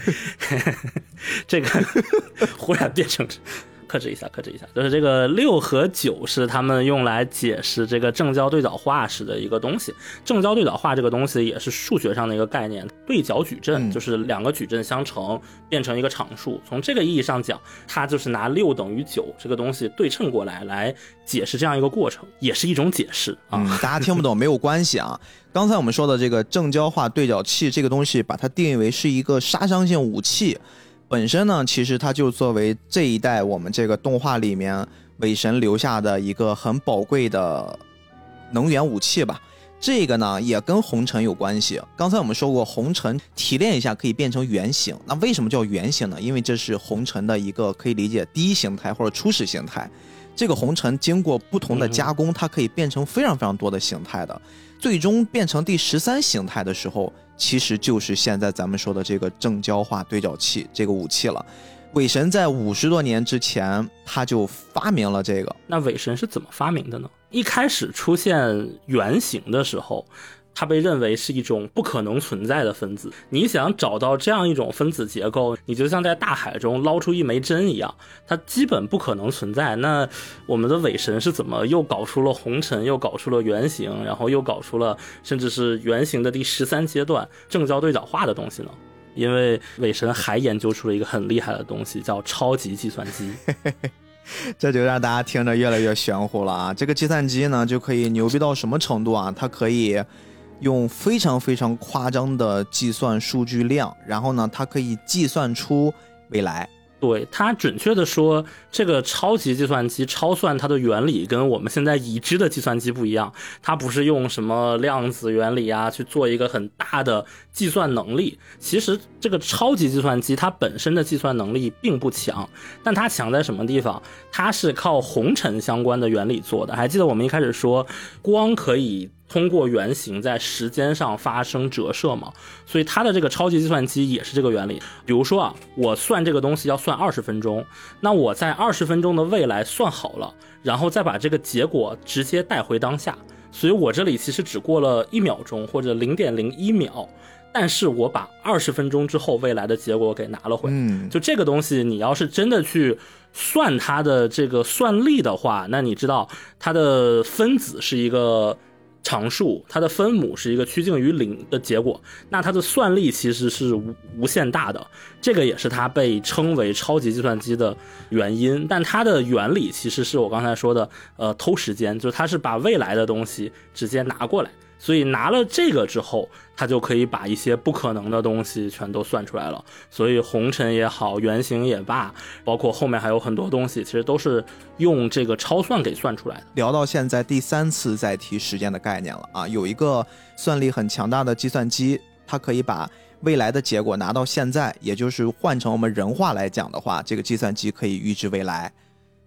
这个忽然变成克制一下，就是这个6和9是他们用来解释这个正交对角化时的一个东西。正交对角化这个东西也是数学上的一个概念，对角矩阵就是2个矩阵相乘变成一个常数。从这个意义上讲，它就是拿6等于9这个东西对称过来解释这样一个过程，也是一种解释啊。 大家听不懂没有关系啊。刚才我们说的这个正交化对角器这个东西，把它定义为是一个杀伤性武器。本身呢，其实它就作为这一代我们这个动画里面伪神留下的一个很宝贵的能源武器吧。这个呢也跟红尘有关系。刚才我们说过，红尘提炼一下可以变成原型。那为什么叫原型呢？因为这是红尘的一个可以理解第一形态或者初始形态。这个红尘经过不同的加工，它可以变成非常非常多的形态的。最终变成第13形态的时候，其实就是现在咱们说的这个正交化对角器这个武器了。伪神在50多年之前他就发明了这个。 那伪神是怎么发明的呢？一开始出现原型的时候，它被认为是一种不可能存在的分子。你想找到这样一种分子结构，你就像在大海中捞出一枚针一样，它基本不可能存在。那我们的伪神是怎么又搞出了红尘，又搞出了原型，然后又搞出了甚至是原型的第13阶段正交对角化的东西呢？因为伪神还研究出了一个很厉害的东西，叫超级计算机。 这就让大家听着越来越玄乎了啊！这个计算机呢，就可以牛逼到什么程度啊？它可以用非常非常夸张的计算数据量，然后呢，它可以计算出未来。 对，它准确的说，这个超级计算机超算它的原理跟我们现在已知的计算机不一样，它不是用什么量子原理啊去做一个很大的计算能力。其实这个超级计算机它本身的计算能力并不强，但它强在什么地方？它是靠红尘相关的原理做的。还记得我们一开始说光可以通过原型在时间上发生折射嘛，所以它的这个超级计算机也是这个原理。比如说啊，我算这个东西要算20分钟，那我在20分钟的未来算好了，然后再把这个结果直接带回当下，所以我这里其实只过了1秒钟或者 0.01 秒，但是我把20分钟之后未来的结果给拿了回来。就这个东西你要是真的去算它的这个算力的话，那你知道它的分子是一个常数，它的分母是一个趋近于0的结果，那它的算力其实是无限大的，这个也是它被称为超级计算机的原因。但它的原理其实是我刚才说的偷时间，就是它是把未来的东西直接拿过来，所以拿了这个之后，它就可以把一些不可能的东西全都算出来了。所以红尘也好，原型也罢，包括后面还有很多东西，其实都是用这个超算给算出来的。 聊到现在第3次在提时间的概念了啊，有一个算力很强大的计算机，它可以把未来的结果拿到现在，也就是换成我们人话来讲的话，这个计算机可以预知未来。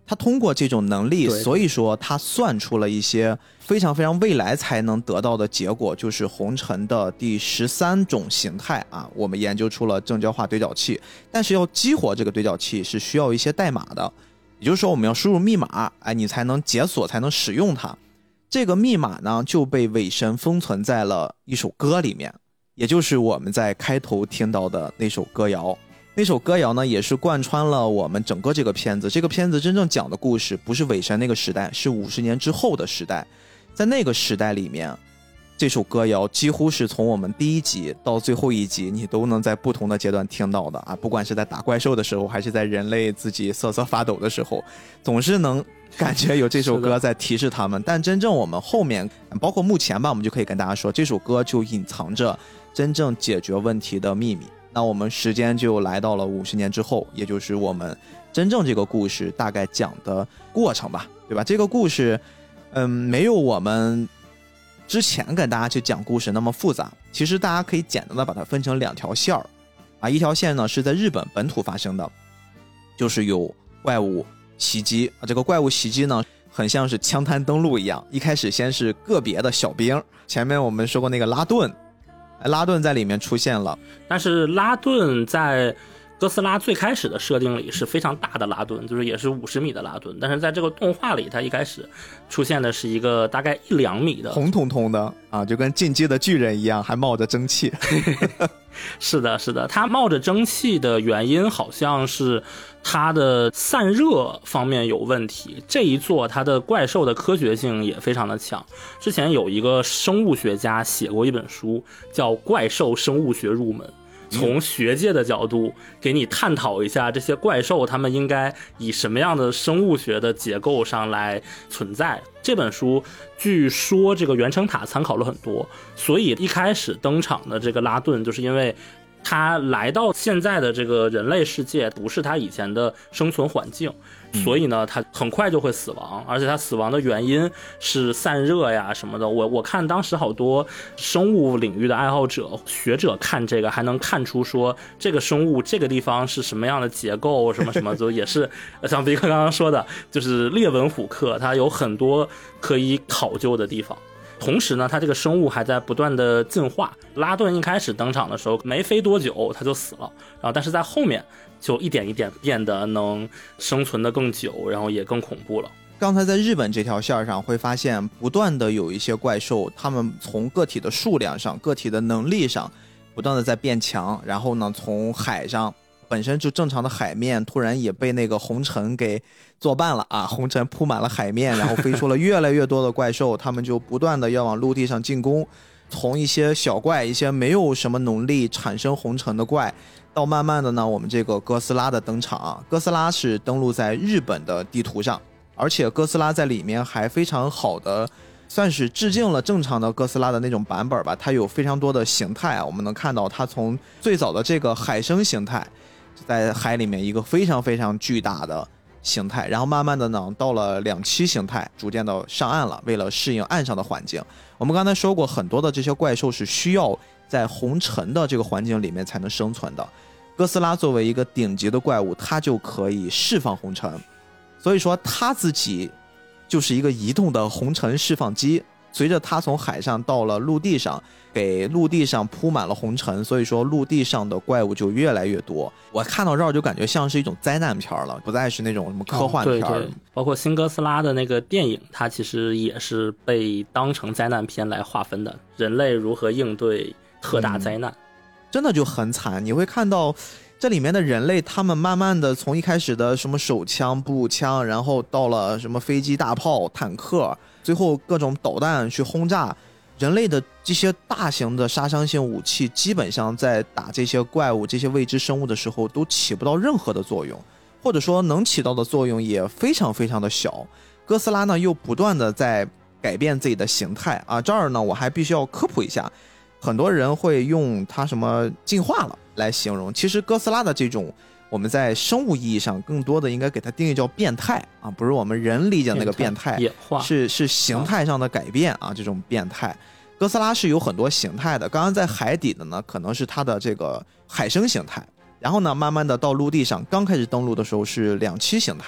他通过这种能力， 对， 所以说他算出了一些非常非常未来才能得到的结果，就是红尘的第13种形态啊。我们研究出了正交化对角器，但是要激活这个对角器是需要一些代码的，也就是说我们要输入密码，哎，你才能解锁，才能使用它。这个密码呢就被伪神封存在了一首歌里面，也就是我们在开头听到的那首歌谣。那首歌谣呢也是贯穿了我们整个这个片子。这个片子真正讲的故事不是伪神那个时代，是50年之后的时代。在那个时代里面，这首歌谣几乎是从我们第1集到最后1集你都能在不同的阶段听到的啊，不管是在打怪兽的时候，还是在人类自己瑟瑟发抖的时候，总是能感觉有这首歌在提示他们。但真正我们后面包括目前吧，我们就可以跟大家说，这首歌就隐藏着真正解决问题的秘密。那我们时间就来到了50年之后，也就是我们真正这个故事大概讲的过程吧，对吧？这个故事没有我们之前跟大家去讲故事那么复杂。其实大家可以简单的把它分成2条线啊，一条线呢是在日本本土发生的，就是有怪物袭击啊。这个怪物袭击呢很像是枪滩登陆一样，一开始先是个别的小兵，前面我们说过那个拉顿在里面出现了。 但是拉顿在哥斯拉最开始的设定里是非常大的拉顿，就是也是50米的拉顿，但是在这个动画里它一开始出现的是一个大概1-2米的红彤彤的啊，就跟进击的巨人一样，还冒着蒸汽。 是的，它冒着蒸汽的原因好像是它的散热方面有问题。这一座它的怪兽的科学性也非常的强。之前有一个生物学家写过一本书叫《怪兽生物学入门》，从学界的角度给你探讨一下这些怪兽它们应该以什么样的生物学的结构上来存在。这本书据说这个原城塔参考了很多，所以一开始登场的这个拉顿就是因为他来到现在的这个人类世界不是他以前的生存环境，所以呢他很快就会死亡，而且他死亡的原因是散热呀什么的。我看当时好多生物领域的爱好者学者看这个还能看出说这个生物这个地方是什么样的结构什么什么，就也是像比克刚刚说的，就是列文虎克，它有很多可以考究的地方。同时呢，它这个生物还在不断的进化。拉顿一开始登场的时候没飞多久它就死了，然后但是在后面就一点一点变得能生存的更久，然后也更恐怖了。 刚才在日本这条线上会发现不断的有一些怪兽，他们从个体的数量上、个体的能力上不断的在变强，然后呢从海上本身就正常的海面突然也被那个红尘给作伴了啊！红尘铺满了海面，然后飞出了越来越多的怪兽，他们就不断的要往陆地上进攻。从一些小怪，一些没有什么能力产生红尘的怪，到慢慢的呢，我们这个哥斯拉的登场啊。哥斯拉是登陆在日本的地图上，而且哥斯拉在里面还非常好的算是致敬了正常的哥斯拉的那种版本吧。它有非常多的形态啊，我们能看到它从最早的这个海生形态，在海里面一个非常非常巨大的形态，然后慢慢的呢到了2栖形态，逐渐的上岸了，为了适应岸上的环境。我们刚才说过，很多的这些怪兽是需要在红尘的这个环境里面才能生存的。哥斯拉作为一个顶级的怪物，它就可以释放红尘，所以说它自己就是一个移动的红尘释放机。随着它从海上到了陆地上，给陆地上铺满了红尘，所以说陆地上的怪物就越来越多。我看到这儿就感觉像是一种灾难片了，不再是那种什么科幻片。 对，包括新哥斯拉的那个电影，它其实也是被当成灾难片来划分的，人类如何应对特大灾难。 真的就很惨。你会看到这里面的人类，他们慢慢的从一开始的什么手枪、步枪，然后到了什么飞机、大炮、坦克，最后各种导弹去轰炸人类的这些大型的杀伤性武器，基本上在打这些怪物、这些未知生物的时候都起不到任何的作用，或者说能起到的作用也非常非常的小。哥斯拉呢又不断的在改变自己的形态啊，这儿呢我还必须要科普一下，很多人会用它什么进化了来形容，其实哥斯拉的这种我们在生物意义上更多的应该给它定义叫变态啊，不是我们人理解那个变态， 演化是形态上的改变啊，这种变态。哥斯拉是有很多形态的，刚刚在海底的呢可能是它的这个海生形态，然后呢慢慢的到陆地上，刚开始登陆的时候是2栖形态，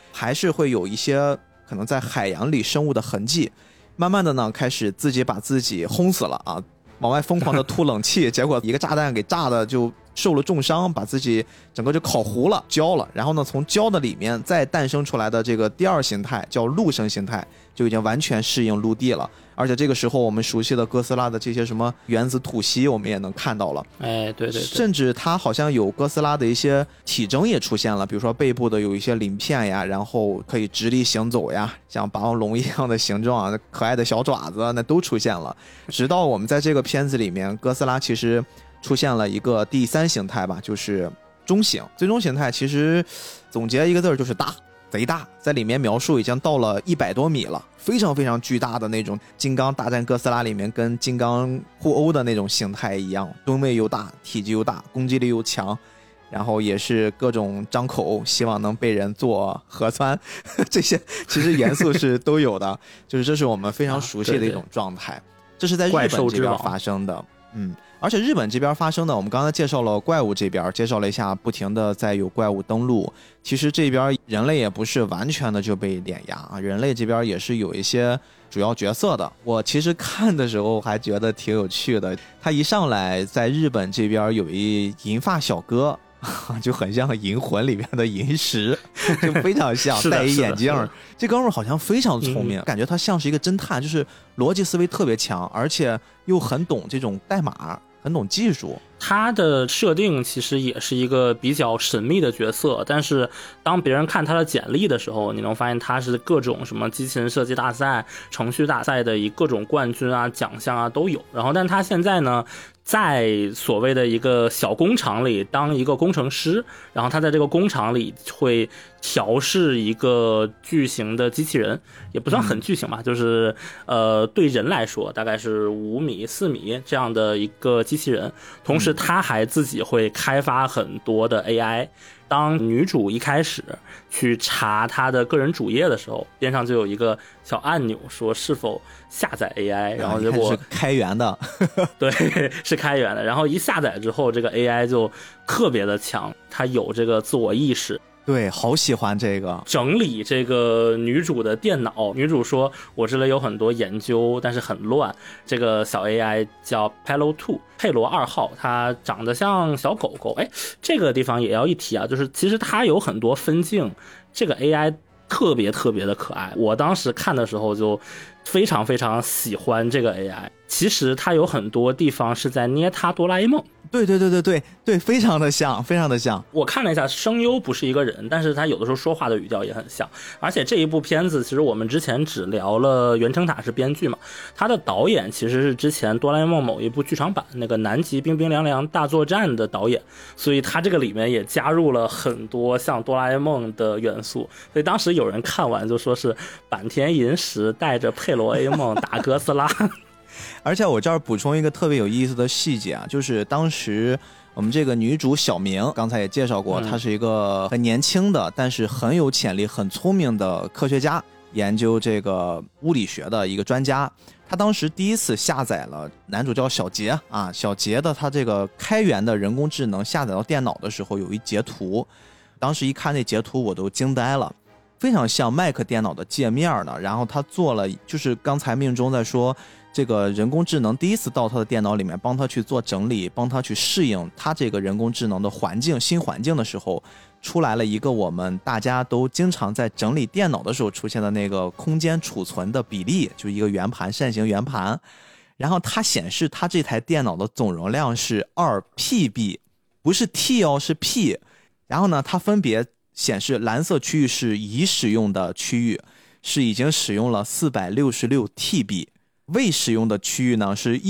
还是会有一些可能在海洋里生物的痕迹。慢慢的呢，开始自己把自己轰死了啊，往外疯狂的吐冷气，结果一个炸弹给炸的就受了重伤，把自己整个就烤糊了，焦了。然后呢，从焦的里面再诞生出来的这个第二形态叫陆生形态，就已经完全适应陆地了。而且这个时候我们熟悉的哥斯拉的这些什么原子吐息我们也能看到了， 哎，对对对， 甚至它好像有哥斯拉的一些体征也出现了，比如说背部的有一些鳞片呀，然后可以直立行走呀，像霸王龙一样的形状啊，可爱的小爪子那都出现了。直到我们在这个片子里面，哥斯拉其实出现了一个第三形态吧，就是中型。最终形态其实总结一个字就是大，贼大，在里面描述已经到了100多米了，非常非常巨大的那种金刚大战哥斯拉里面跟金刚互殴的那种形态一样，吨位又大，体积又大，攻击力又强，然后也是各种张口希望能被人做核酸这些其实元素是都有的就是这是我们非常熟悉的一种状态，对对，这是在日本这边发生的。而且日本这边发生的，我们刚才介绍了怪物这边，介绍了一下不停的在有怪物登陆，其实这边人类也不是完全的就被碾压啊，人类这边也是有一些主要角色的。我其实看的时候还觉得挺有趣的，他一上来在日本这边有一银发小哥就很像银魂里面的银石，就非常像戴一眼镜。这哥们儿好像非常聪明，感觉他像是一个侦探，就是逻辑思维特别强，而且又很懂这种代码，很懂技术。 他的设定其实也是一个比较神秘的角色，但是当别人看他的简历的时候，你能发现他是各种什么机器人设计大赛、程序大赛的各种冠军啊、奖项啊都有。然后，但他现在呢，在所谓的一个小工厂里当一个工程师，然后他在这个工厂里会调试一个巨型的机器人，也不算很巨型吧，就是对人来说大概是5米、4米这样的一个机器人。同时他还自己会开发很多的 AI。当女主一开始去查她的个人主页的时候，边上就有一个小按钮说是否下载 AI， 然后结果是开源的对，是开源的。然后一下载之后，这个 AI 就特别的强，它有这个自我意识。 对，好喜欢这个整理这个女主的电脑。女主说我这里有很多研究，但是很乱。这个小 AI 叫 Pelo 2，佩罗2号，它长得像小狗狗。哎，这个地方也要一提啊，就是其实它有很多分镜，这个 AI 特别特别的可爱。我当时看的时候就非常非常喜欢这个 AI。其实它有很多地方是在捏它哆啦 A 梦。 对对对对对对，非常的像，非常的像。 我看了一下，声优不是一个人，但是他有的时候说话的语调也很像。而且这一部片子，其实我们之前只聊了袁成塔是编剧嘛，他的导演其实是之前哆啦 A 梦某一部剧场版那个南极冰冰凉凉大作战的导演，所以他这个里面也加入了很多像哆啦 A 梦的元素。所以当时有人看完就说是坂田银时带着佩罗 A 梦打哥斯拉。 而且我这儿补充一个特别有意思的细节啊，就是当时我们这个女主小明刚才也介绍过，她是一个很年轻的但是很有潜力很聪明的科学家，研究这个物理学的一个专家。她当时第一次下载了男主叫小杰啊，小杰的他这个开源的人工智能下载到电脑的时候有一截图，当时一看那截图我都惊呆了，非常像 Mac 电脑的界面呢。然后他做了，就是刚才命中在说这个人工智能第一次到他的电脑里面帮他去做整理，帮他去适应他这个人工智能的环境，新环境的时候，出来了一个我们大家都经常在整理电脑的时候出现的那个空间储存的比例，就是一个圆盘，扇形圆盘。然后它显示它这台电脑的总容量是 2PB， 不是 T 哦，是 P。然后呢，它分别显示蓝色区域是已使用的区域，是已经使用了466 TB， 未使用的区域呢是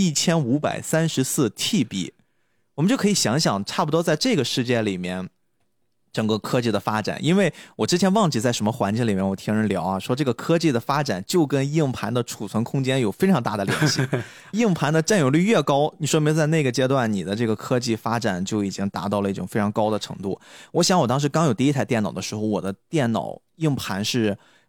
1534 TB。 我们就可以想想，差不多在这个世界里面整个科技的发展，因为我之前忘记在什么环节里面我听人聊啊，说这个科技的发展就跟硬盘的储存空间有非常大的联系硬盘的占有率越高，你说明在那个阶段你的这个科技发展就已经达到了一种非常高的程度。我想我当时刚有第一台电脑的时候，我的电脑硬盘是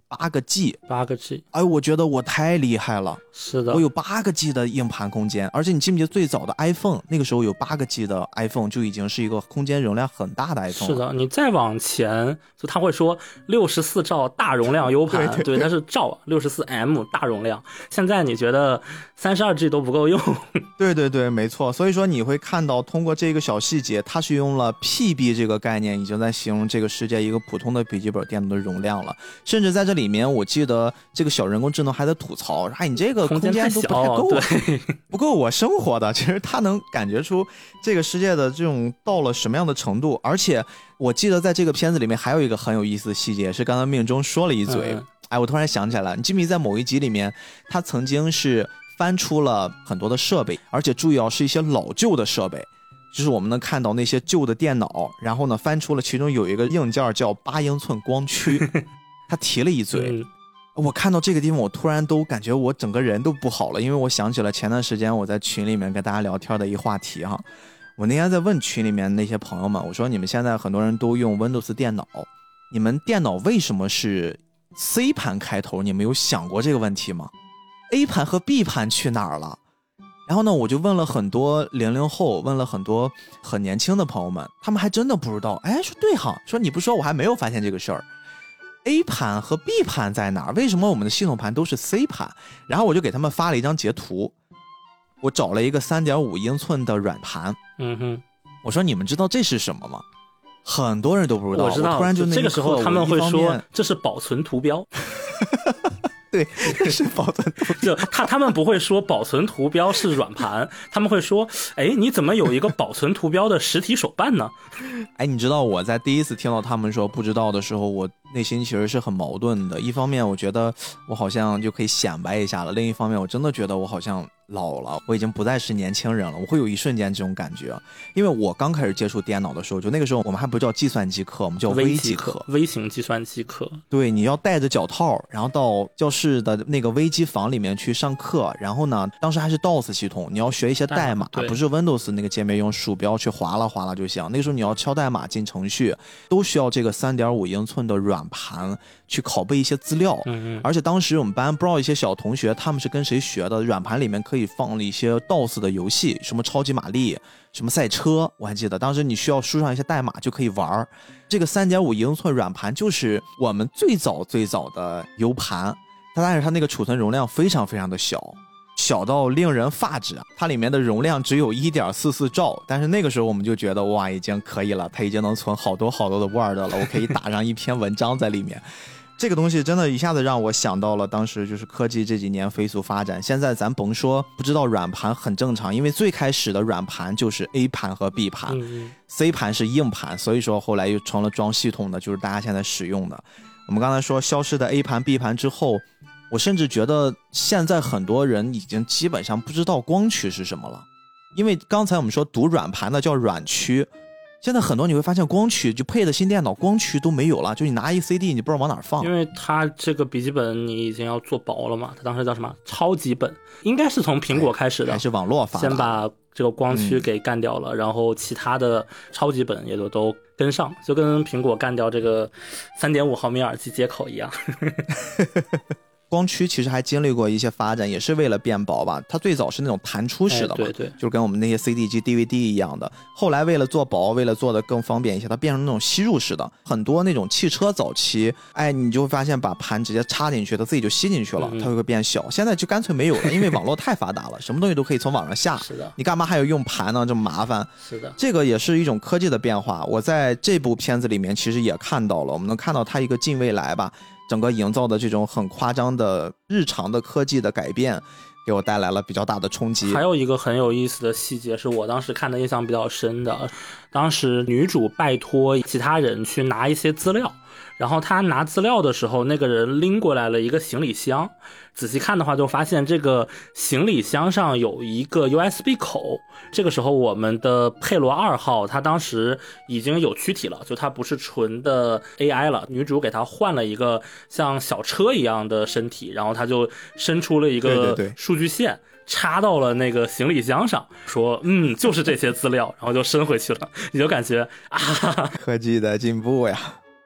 8个 G， 8个 G， 哎，我觉得我太厉害了。 是的， 我有8个 G 的硬盘空间，而且你记不记得最早的 iPhone， 那个时候有8个 G 的 iPhone 就已经是一个空间容量很大的 iPhone 了。 是的，你再往前，就他会说64兆大容量 U 盘，对，它是兆64M 大容量。现在你觉得32 G 都不够用？ 对对对，没错。所以说你会看到，通过这个小细节，它是用了 PB 这个概念，已经在形容这个世界一个普通的笔记本电脑的容量了。甚至在这里面，我记得这个小人工智能还在吐槽，哎，你这个空间都不太够， 对， 不够我生活的。其实它能感觉出这个世界的这种到了什么样的程度。而且我记得在这个片子里面还有一个很有意思的细节，是刚刚命中说了一嘴。哎，我突然想起来了，你记不记得在某一集里面，他曾经是翻出了很多的设备，而且注意是一些老旧的设备，就是我们能看到那些旧的电脑，然后呢翻出了其中有一个硬件叫8英寸光驱，他提了一嘴。我看到这个地方，我突然都感觉我整个人都不好了，因为我想起了前段时间我在群里面跟大家聊天的一话题哈。我那天在问群里面那些朋友们，我说你们现在很多人都用 Windows 电脑，你们电脑为什么是 C 盘开头？你们有想过这个问题吗？ A 盘和 B 盘去哪儿了？然后呢，我就问了很多00后，问了很多很年轻的朋友们，他们还真的不知道。哎，说对哈，说你不说我还没有发现这个事儿。A 盘和 B 盘在哪儿？为什么我们的系统盘都是 C 盘？然后我就给他们发了一张截图，我找了一个3.5英寸的软盘。我说你们知道这是什么吗？很多人都不知道。 我知道， 突然就那这个时候他们会说这是保存图标。 对，是保存图标。 就他们不会说保存图标是软盘，他们会说，哎，你怎么有一个保存图标的实体手办呢？ 哎，你知道我在第一次听到他们说不知道的时候，我内心其实是很矛盾的。一方面我觉得我好像就可以显摆一下了，另一方面我真的觉得我好像老了，我已经不再是年轻人了，我会有一瞬间这种感觉。因为我刚开始接触电脑的时候，就那个时候我们还不叫计算机课，我们叫微机课， 微型计算机课。 对，你要带着脚套，然后到教室的那个微机房里面去上课。然后呢，当时还是 DOS 系统，你要学一些代码，不是 Windows 那个界面用鼠标去划拉划拉就行。那个时候你要敲代码进程序，都需要这个3.5英寸的软盘去拷贝一些资料。而且当时我们班不知道一些小同学他们是跟谁学的，软盘里面可以放了一些 DOS 的游戏，什么超级玛丽，什么赛车，我还记得当时你需要输上一些代码就可以玩。这个3.5英寸软盘就是我们最早的 U 盘，但是它那个储存容量非常非常的小到令人发指，它里面的容量只有 1.44 兆，但是那个时候我们就觉得哇，已经可以了，它已经能存好多好多的 Word 了，我可以打上一篇文章在里面。这个东西真的一下子让我想到了当时就是科技这几年飞速发展。现在咱甭说不知道软盘很正常，因为最开始的软盘就是 A 盘和 B 盘，C 盘是硬盘，所以说后来又成了装系统的，就是大家现在使用的。我们刚才说消失的 A 盘 B 盘之后，我甚至觉得现在很多人已经基本上不知道光驱是什么了，因为刚才我们说读软盘的叫软驱，现在很多你会发现光驱就配的新电脑光驱都没有了，就你拿一 CD 你不知道往哪放， 因为它这个笔记本你已经要做薄了嘛，它当时叫什么超级本，应该是从苹果开始的， 还是网络发的， 先把这个光驱给干掉了，然后其他的超级本也都跟上，就跟苹果干掉这个 3.5 毫米耳机接口一样。 光驱其实还经历过一些发展，也是为了变薄吧。它最早是那种弹出式的嘛， 对， 就是跟我们那些 CD 机 DVD 一样的。后来为了做薄，为了做的更方便一些，它变成那种吸入式的。很多那种汽车早期，哎，你就会发现把盘直接插进去，它自己就吸进去了，它就会变小。现在就干脆没有了，因为网络太发达了，什么东西都可以从网上下。 是的， 你干嘛还要用盘呢？这么麻烦。 是的， 这个也是一种科技的变化。我在这部片子里面其实也看到了，我们能看到它一个近未来吧。整个营造的这种很夸张的日常的科技的改变，给我带来了比较大的冲击。 还有一个很有意思的细节是我当时看的印象比较深的，当时女主拜托其他人去拿一些资料，然后她拿资料的时候，那个人拎过来了一个行李箱，仔细看的话就发现这个行李箱上有一个 USB 口。这个时候我们的佩罗2号它当时已经有躯体了，就它不是纯的 AI 了，女主给它换了一个像小车一样的身体，然后它就伸出了一个数据线，插到了那个行李箱上，说就是这些资料，然后就伸回去了。你就感觉啊， 科技的进步呀。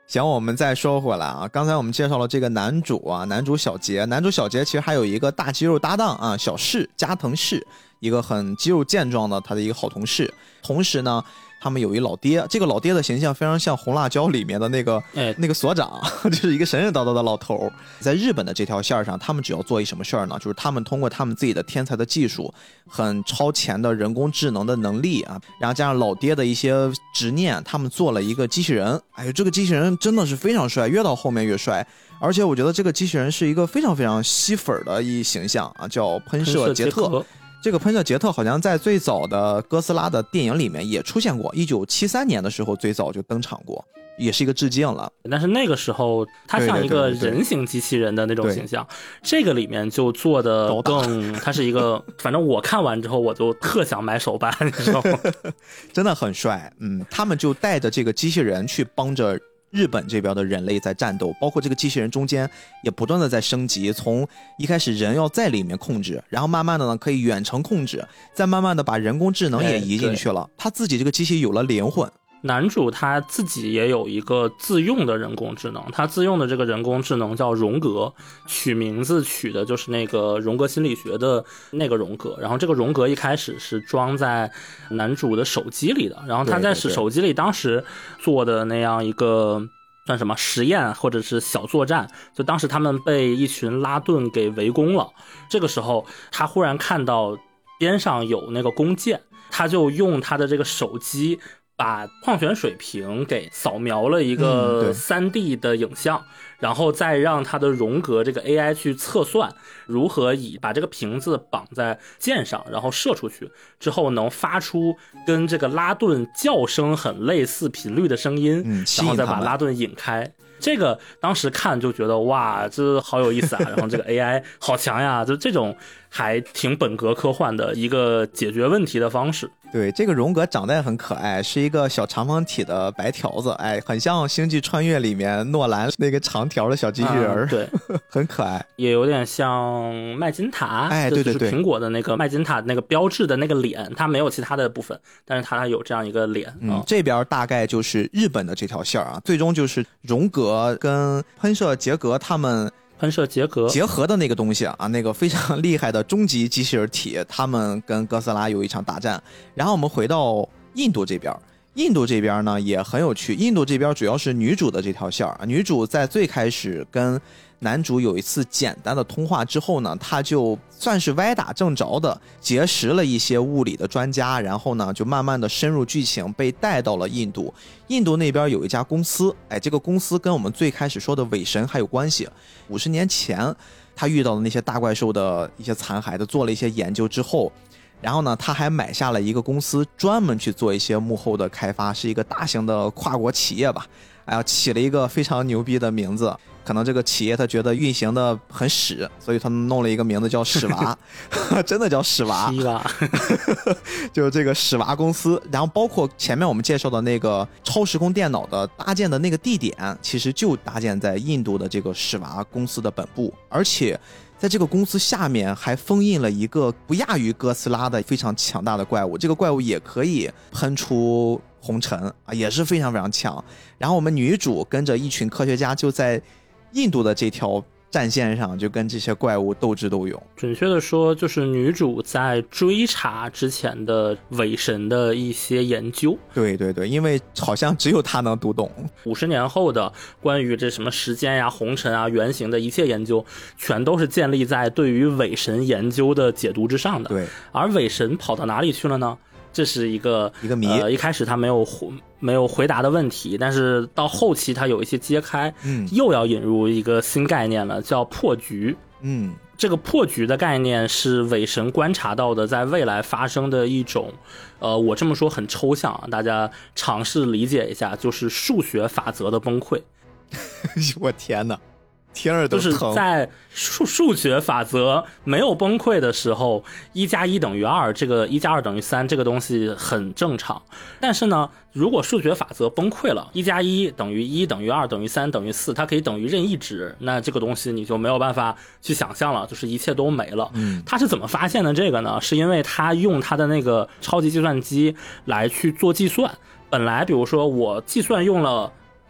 行，我们再说回来啊，刚才我们介绍了这个男主啊，男主小杰其实还有一个大肌肉搭档啊，小士加藤士，一个很肌肉健壮的他的一个好同事。同时呢，他们有一老爹，这个老爹的形象非常像红辣椒里面的那个所长，就是一个神神叨叨的老头。在日本的这条线上，他们只要做一什么事儿呢？就是他们通过他们自己的天才的技术，很超前的人工智能的能力啊，然后加上老爹的一些执念，他们做了一个机器人。哎呦，这个机器人真的是非常帅，越到后面越帅。而且我觉得这个机器人是一个非常非常吸粉的一形象啊，叫喷射杰特。这个喷射杰特好像在最早的哥斯拉的电影里面也出现过，1973年的时候最早就登场过，也是一个致敬了。 但是那个时候它像一个人形机器人的那种形象，这个里面就做的更，它是一个，反正我看完之后我就特想买手办，你知道吗？ 真的很帅。他们就带着这个机器人去帮着日本这边的人类在战斗，包括这个机器人中间也不断的在升级，从一开始人要在里面控制，然后慢慢的呢可以远程控制，再慢慢的把人工智能也移进去了，他自己这个机器有了灵魂。 男主他自己也有一个自用的人工智能，他自用的这个人工智能叫荣格，取名字取的就是那个荣格心理学的那个荣格。然后这个荣格一开始是装在男主的手机里的，然后他在手机里当时做的那样一个算什么实验或者是小作战，就当时他们被一群拉顿给围攻了，这个时候他忽然看到边上有那个弓箭，他就用他的这个手机把矿泉水瓶给扫描了一个 3D 的影像，然后再让他的荣格这个 AI 去测算如何把这个瓶子绑在箭上，然后射出去之后能发出跟这个拉顿叫声很类似频率的声音，然后再把拉顿引开。这个当时看就觉得哇，这好有意思啊！然后这个 AI 好强呀，就这种还挺本格科幻的一个解决问题的方式。 对，这个荣格长得也很可爱，是一个小长方体的白条子，哎，很像《星际穿越》里面诺兰那个长条的小机器人， 对， 很可爱， 也有点像麦金塔， 哎，对对对， 就是苹果的那个麦金塔那个标志的那个脸，它没有其他的部分，但是它有这样一个脸。 这边大概就是日本的这条线啊，最终就是荣格跟喷射杰格他们。 喷射结合的那个东西啊，那个非常厉害的终极机器人体，他们跟哥斯拉有一场大战。然后我们回到印度这边，印度这边呢也很有趣，印度这边主要是女主的这条线，女主在最开始跟男主有一次简单的通话之后呢，他就算是歪打正着的结识了一些物理的专家，然后呢就慢慢的深入剧情，被带到了印度。印度那边有一家公司，哎，这个公司跟我们最开始说的伪神还有关系。50年前他遇到的那些大怪兽的一些残骸的做了一些研究之后，然后呢他还买下了一个公司，专门去做一些幕后的开发，是一个大型的跨国企业吧。哎呀，起了一个非常牛逼的名字，可能这个企业他觉得运行的很屎，所以他弄了一个名字叫屎娃真的叫屎娃就是这个屎娃公司。然后包括前面我们介绍的那个超时空电脑的搭建的那个地点，其实就搭建在印度的这个屎娃公司的本部，而且在这个公司下面还封印了一个不亚于哥斯拉的非常强大的怪物，这个怪物也可以喷出红尘啊，也是非常非常强。然后我们女主跟着一群科学家就在印度的这条战线上，就跟这些怪物斗智斗勇。 准确的说，就是女主在追查之前的伪神的一些研究。 对对对，因为好像只有她能读懂。 50年后的关于这什么时间呀、红尘啊、原型的一切研究，全都是建立在对于伪神研究的解读之上的。 对， 而伪神跑到哪里去了呢？这是一个谜， 一开始他没有回答的问题，但是到后期他有一些揭开，又要引入一个新概念了，叫破局。这个破局的概念是伪神观察到的在未来发生的一种，我这么说很抽象啊，大家尝试理解一下，就是数学法则的崩溃。 我天哪！天儿都疼，就是在数学法则没有崩溃的时候，1+1等于2，这个1+2等于3，这个东西很正常。但是呢，如果数学法则崩溃了，1+1等于1等于2等于3等于4，它可以等于任意值，那这个东西你就没有办法去想象了，就是一切都没了。他是怎么发现的这个呢？是因为他用他的那个超级计算机来去做计算。本来比如说我计算用了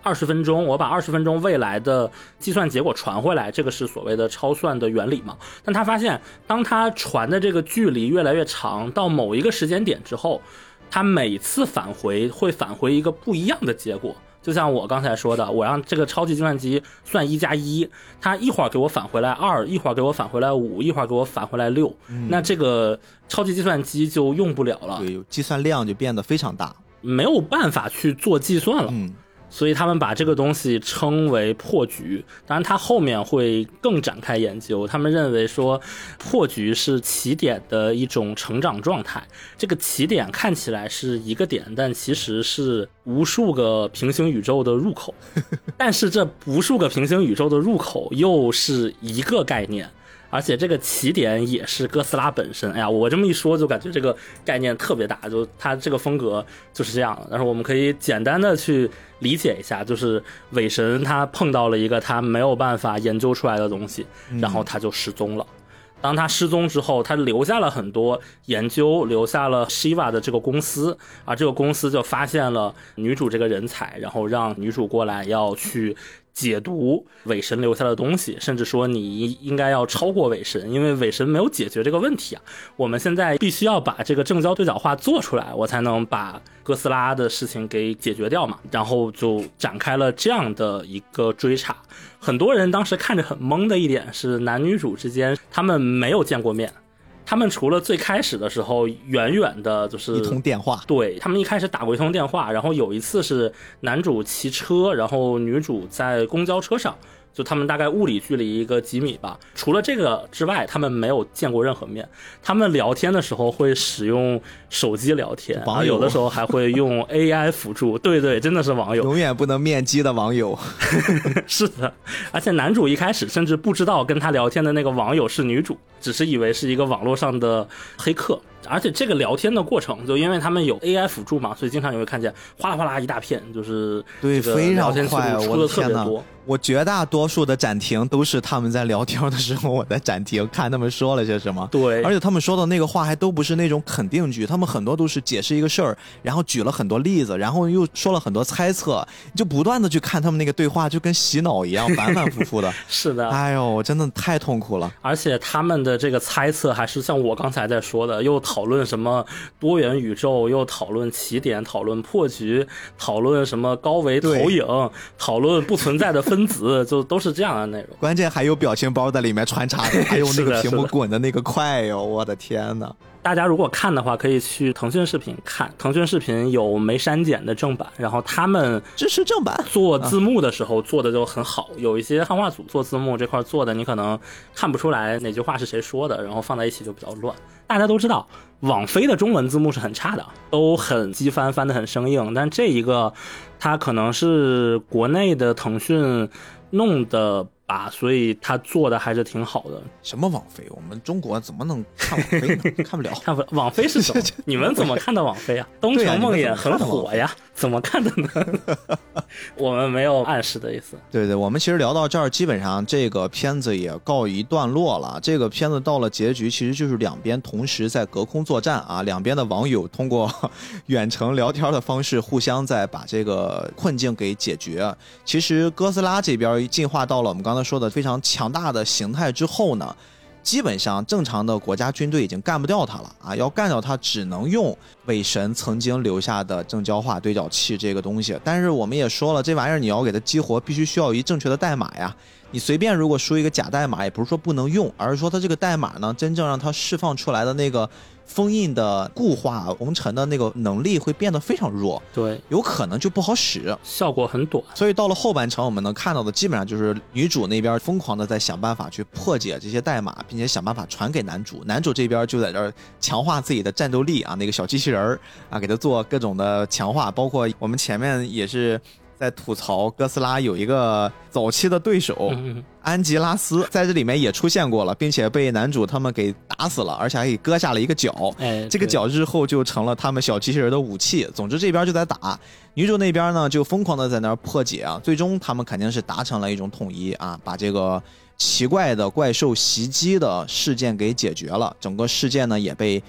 20分钟，我把20分钟未来的计算结果传回来，这个是所谓的超算的原理嘛。但他发现，当他传的这个距离越来越长，到某一个时间点之后，他每次返回会返回一个不一样的结果。就像我刚才说的，我让这个超级计算机算1+1，它一会儿给我返回来2，一会儿给我返回来5，一会儿给我返回来6，那这个超级计算机就用不了了， 对，计算量就变得非常大， 没有办法去做计算了。所以他们把这个东西称为破局，当然他后面会更展开研究，他们认为说破局是起点的一种成长状态，这个起点看起来是一个点，但其实是无数个平行宇宙的入口，但是这无数个平行宇宙的入口又是一个概念，而且这个起点也是哥斯拉本身。哎呀，我这么一说就感觉这个概念特别大，就它这个风格就是这样的。但是我们可以简单的去理解一下，就是伪神他碰到了一个他没有办法研究出来的东西，然后他就失踪了。当他失踪之后，他留下了很多研究，留下了 Shiva 的这个公司，而这个公司就发现了女主这个人才，然后让女主过来要去解读伪神留下的东西，甚至说你应该要超过伪神，因为伪神没有解决这个问题啊。我们现在必须要把这个正交对角化做出来，我才能把哥斯拉的事情给解决掉嘛。然后就展开了这样的一个追查。很多人当时看着很懵的一点是，男女主之间他们没有见过面，他们除了最开始的时候远远的就是一通电话， 对，他们一开始打过一通电话，然后有一次是男主骑车，然后女主在公交车上，就他们大概物理距离一个几米吧。除了这个之外，他们没有见过任何面。他们聊天的时候会使用手机聊天，然后有的时候还会用 AI 辅助。对对，真的是网友， 永远不能面基的网友。 是的，而且男主一开始甚至不知道跟他聊天的那个网友是女主，只是以为是一个网络上的黑客。而且这个聊天的过程，就因为他们有 AI 辅助嘛，所以经常你会看见哗啦哗啦一大片，就是对，非常快， 出的特别多。 我绝大多数的暂停都是他们在聊天的时候，我在暂停看他们说了些什么。 对， 而且他们说的那个话还都不是那种肯定句，他们很多都是解释一个事儿，然后举了很多例子，然后又说了很多猜测，你就不断的去看他们那个对话，就跟洗脑一样，反反复复的。 是的， 哎呦，真的太痛苦了。 而且他们的这个猜测还是像我刚才在说的，又讨论什么多元宇宙，又讨论起点，讨论破局，讨论什么高维投影，讨论不存在的分子，就都是这样的内容。 关键还有表情包在里面穿插，还有那个屏幕滚的那个快哟，我的天哪！ 大家如果看的话，可以去腾讯视频看，腾讯视频有没删减的正版，然后他们支持正版， 做字幕的时候做的就很好。有一些汉化组做字幕这块做的，你可能看不出来哪句话是谁说的，然后放在一起就比较乱。大家都知道，网飞的中文字幕是很差的，都很机翻，翻得很生硬，但这一个它可能是国内的腾讯弄的吧，所以他做的还是挺好的。 什么网飞？我们中国怎么能看网飞呢？看不了。 看不了。网飞是什么？你们怎么看的网飞啊？东城梦魇很火呀，怎么看的呢？我们没有暗示的意思。 对对，我们其实聊到这儿，基本上这个片子也告一段落了。这个片子到了结局，其实就是两边同时在隔空作战啊，两边的网友通过远程聊天的方式，互相在把这个困境给解决。其实哥斯拉这边进化到了我们刚才说的非常强大的形态之后呢，基本上正常的国家军队已经干不掉它了啊！要干掉它，只能用伪神曾经留下的正交化对角器这个东西。但是我们也说了，这玩意儿你要给它激活，必须需要一正确的代码呀。你随便如果输一个假代码，也不是说不能用，而是说它这个代码呢，真正让它释放出来的那个封印的固化红尘的那个能力会变得非常弱， 对， 有可能就不好使， 效果很短。 所以到了后半程，我们能看到的基本上就是女主那边疯狂的在想办法去破解这些代码，并且想办法传给男主。男主这边就在这儿强化自己的战斗力啊，那个小机器人啊，给他做各种的强化，包括我们前面也是在吐槽哥斯拉有一个早期的对手安吉拉斯，在这里面也出现过了，并且被男主他们给打死了，而且还给割下了一个角，这个角日后就成了他们小机器人的武器。总之这边就在打，女主那边呢就疯狂的在那儿破解啊，最终他们肯定是达成了一种统一啊，把这个奇怪的怪兽袭击的事件给解决了，整个事件呢也被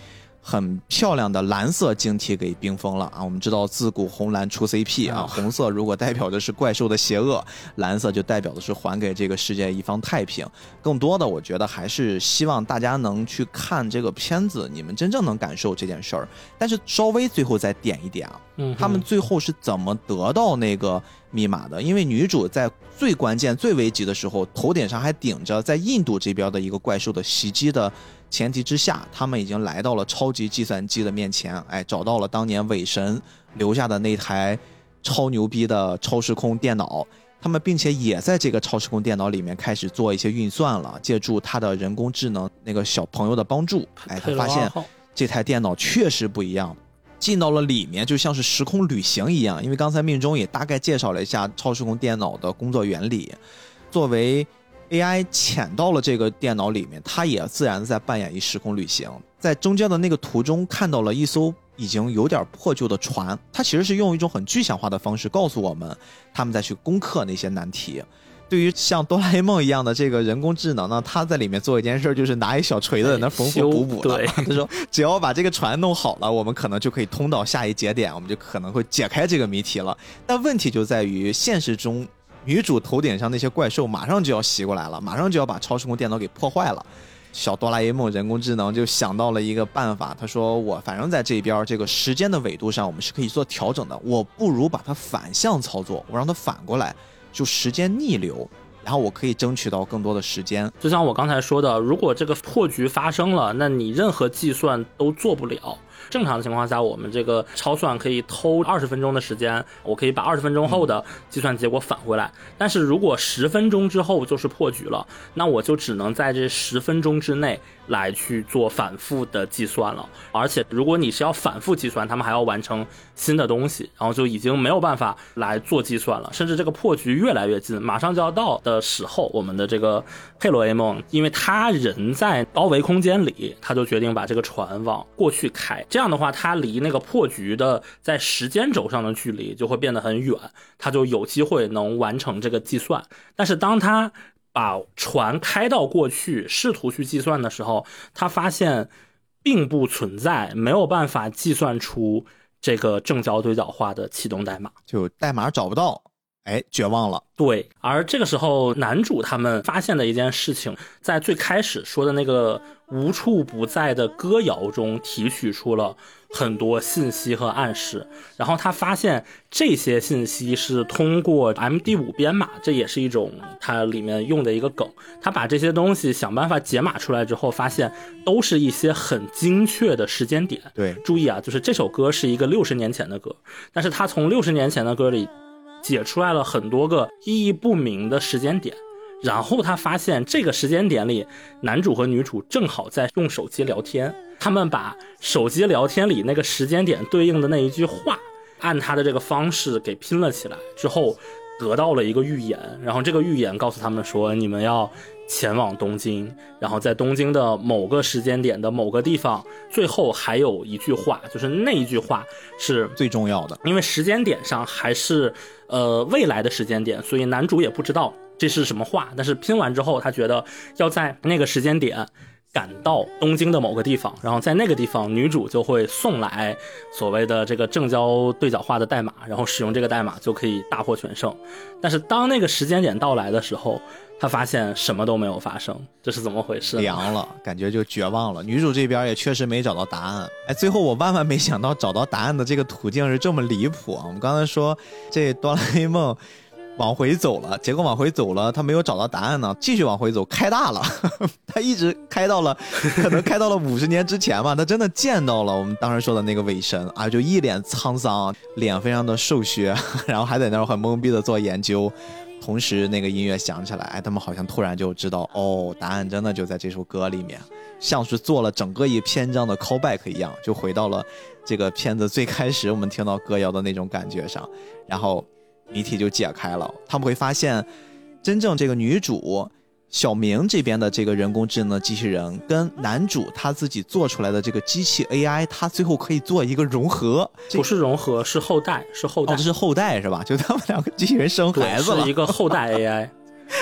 很漂亮的蓝色晶体给冰封了啊！我们知道自古红蓝出 CP 啊，红色如果代表的是怪兽的邪恶，蓝色就代表的是还给这个世界一方太平。更多的我觉得还是希望大家能去看这个片子，你们真正能感受这件事儿。但是稍微最后再点一点啊，他们最后是怎么得到那个密码的？因为女主在最关键最危急的时候，头顶上还顶着在印度这边的一个怪兽的袭击的前提之下，他们已经来到了超级计算机的面前，找到了当年伪神留下的那台超牛逼的超时空电脑，他们并且也在这个超时空电脑里面开始做一些运算了，借助他的人工智能那个小朋友的帮助，他发现这台电脑确实不一样，进到了里面就像是时空旅行一样。因为刚才命中也大概介绍了一下超时空电脑的工作原理，作为AI 潜到了这个电脑里面，它也自然在扮演一时空旅行。在中间的那个途中看到了一艘已经有点破旧的船，它其实是用一种很具象化的方式告诉我们他们在去攻克那些难题。对于像哆啦 A 梦一样的这个人工智能呢，他在里面做一件事，就是拿一小锤子在那缝缝补补的。他说只要把这个船弄好了，我们可能就可以通到下一节点，我们就可能会解开这个谜题了。但问题就在于现实中女主头顶上那些怪兽马上就要袭过来了，马上就要把超时空电脑给破坏了。小哆啦 A 梦人工智能就想到了一个办法，他说我反正在这边这个时间的纬度上我们是可以做调整的，我不如把它反向操作，我让它反过来，就时间逆流，然后我可以争取到更多的时间。 就像我刚才说的，如果这个破局发生了，那你任何计算都做不了。正常的情况下，我们这个超算可以偷20分钟的时间，我可以把20分钟后的计算结果返回来。但是如果10分钟之后就是破局了，那我就只能在这10分钟之内来去做反复的计算了。而且如果你是要反复计算，他们还要完成新的东西，然后就已经没有办法来做计算了。甚至这个破局越来越近，马上就要到的时候，我们的这个佩罗 A 梦，因为他人在高维空间里，他就决定把这个船往过去开。这样的话，他离那个破局的在时间轴上的距离就会变得很远，他就有机会能完成这个计算。但是当他把船开到过去试图去计算的时候，他发现并不存在，没有办法计算出这个正交对角化的启动代码， 就代码找不到，绝望了。 对，而这个时候男主他们发现的一件事情，在最开始说的那个无处不在的歌谣中提取出了很多信息和暗示，然后他发现这些信息是通过 MD5 编码，这也是一种它里面用的一个梗。他把这些东西想办法解码出来之后，发现都是一些很精确的时间点。 对， 注意啊，就是这首歌是一个60年前的歌，但是他从60年前的歌里解出来了很多个意义不明的时间点，然后他发现这个时间点里男主和女主正好在用手机聊天，他们把手机聊天里那个时间点对应的那一句话按他的这个方式给拼了起来之后，得到了一个预言，然后这个预言告诉他们说，你们要前往东京，然后在东京的某个时间点的某个地方，最后还有一句话，就是那一句话是最重要的， 因为时间点上还是未来的时间点，所以男主也不知道这是什么话，但是拼完之后他觉得要在那个时间点赶到东京的某个地方，然后在那个地方女主就会送来所谓的这个正交对角化的代码，然后使用这个代码就可以大获全胜。但是当那个时间点到来的时候，他发现什么都没有发生，这是怎么回事？ 凉了，感觉就绝望了。女主这边也确实没找到答案。最后我万万没想到找到答案的这个途径是这么离谱啊！我们刚才说这哆啦 A 梦往回走了，结果往回走了，他没有找到答案呢，继续往回走，开大了，他一直开到了，可能开到了50年之前吧，他真的见到了我们当时说的那个伪神啊，就一脸沧桑，脸非常的瘦削，然后还在那儿很懵逼的做研究。同时那个音乐响起来，他们好像突然就知道，答案真的就在这首歌里面，像是做了整个一篇章的 callback 一样，就回到了这个片子最开始我们听到歌谣的那种感觉上，然后谜题就解开了。他们会发现真正这个女主小明这边的这个人工智能机器人跟男主他自己做出来的这个机器 AI， 他最后可以做一个融合， 不是融合，是后代，是后代。 这是后代是吧？就他们两个机器人生孩子了， 是一个后代 AI。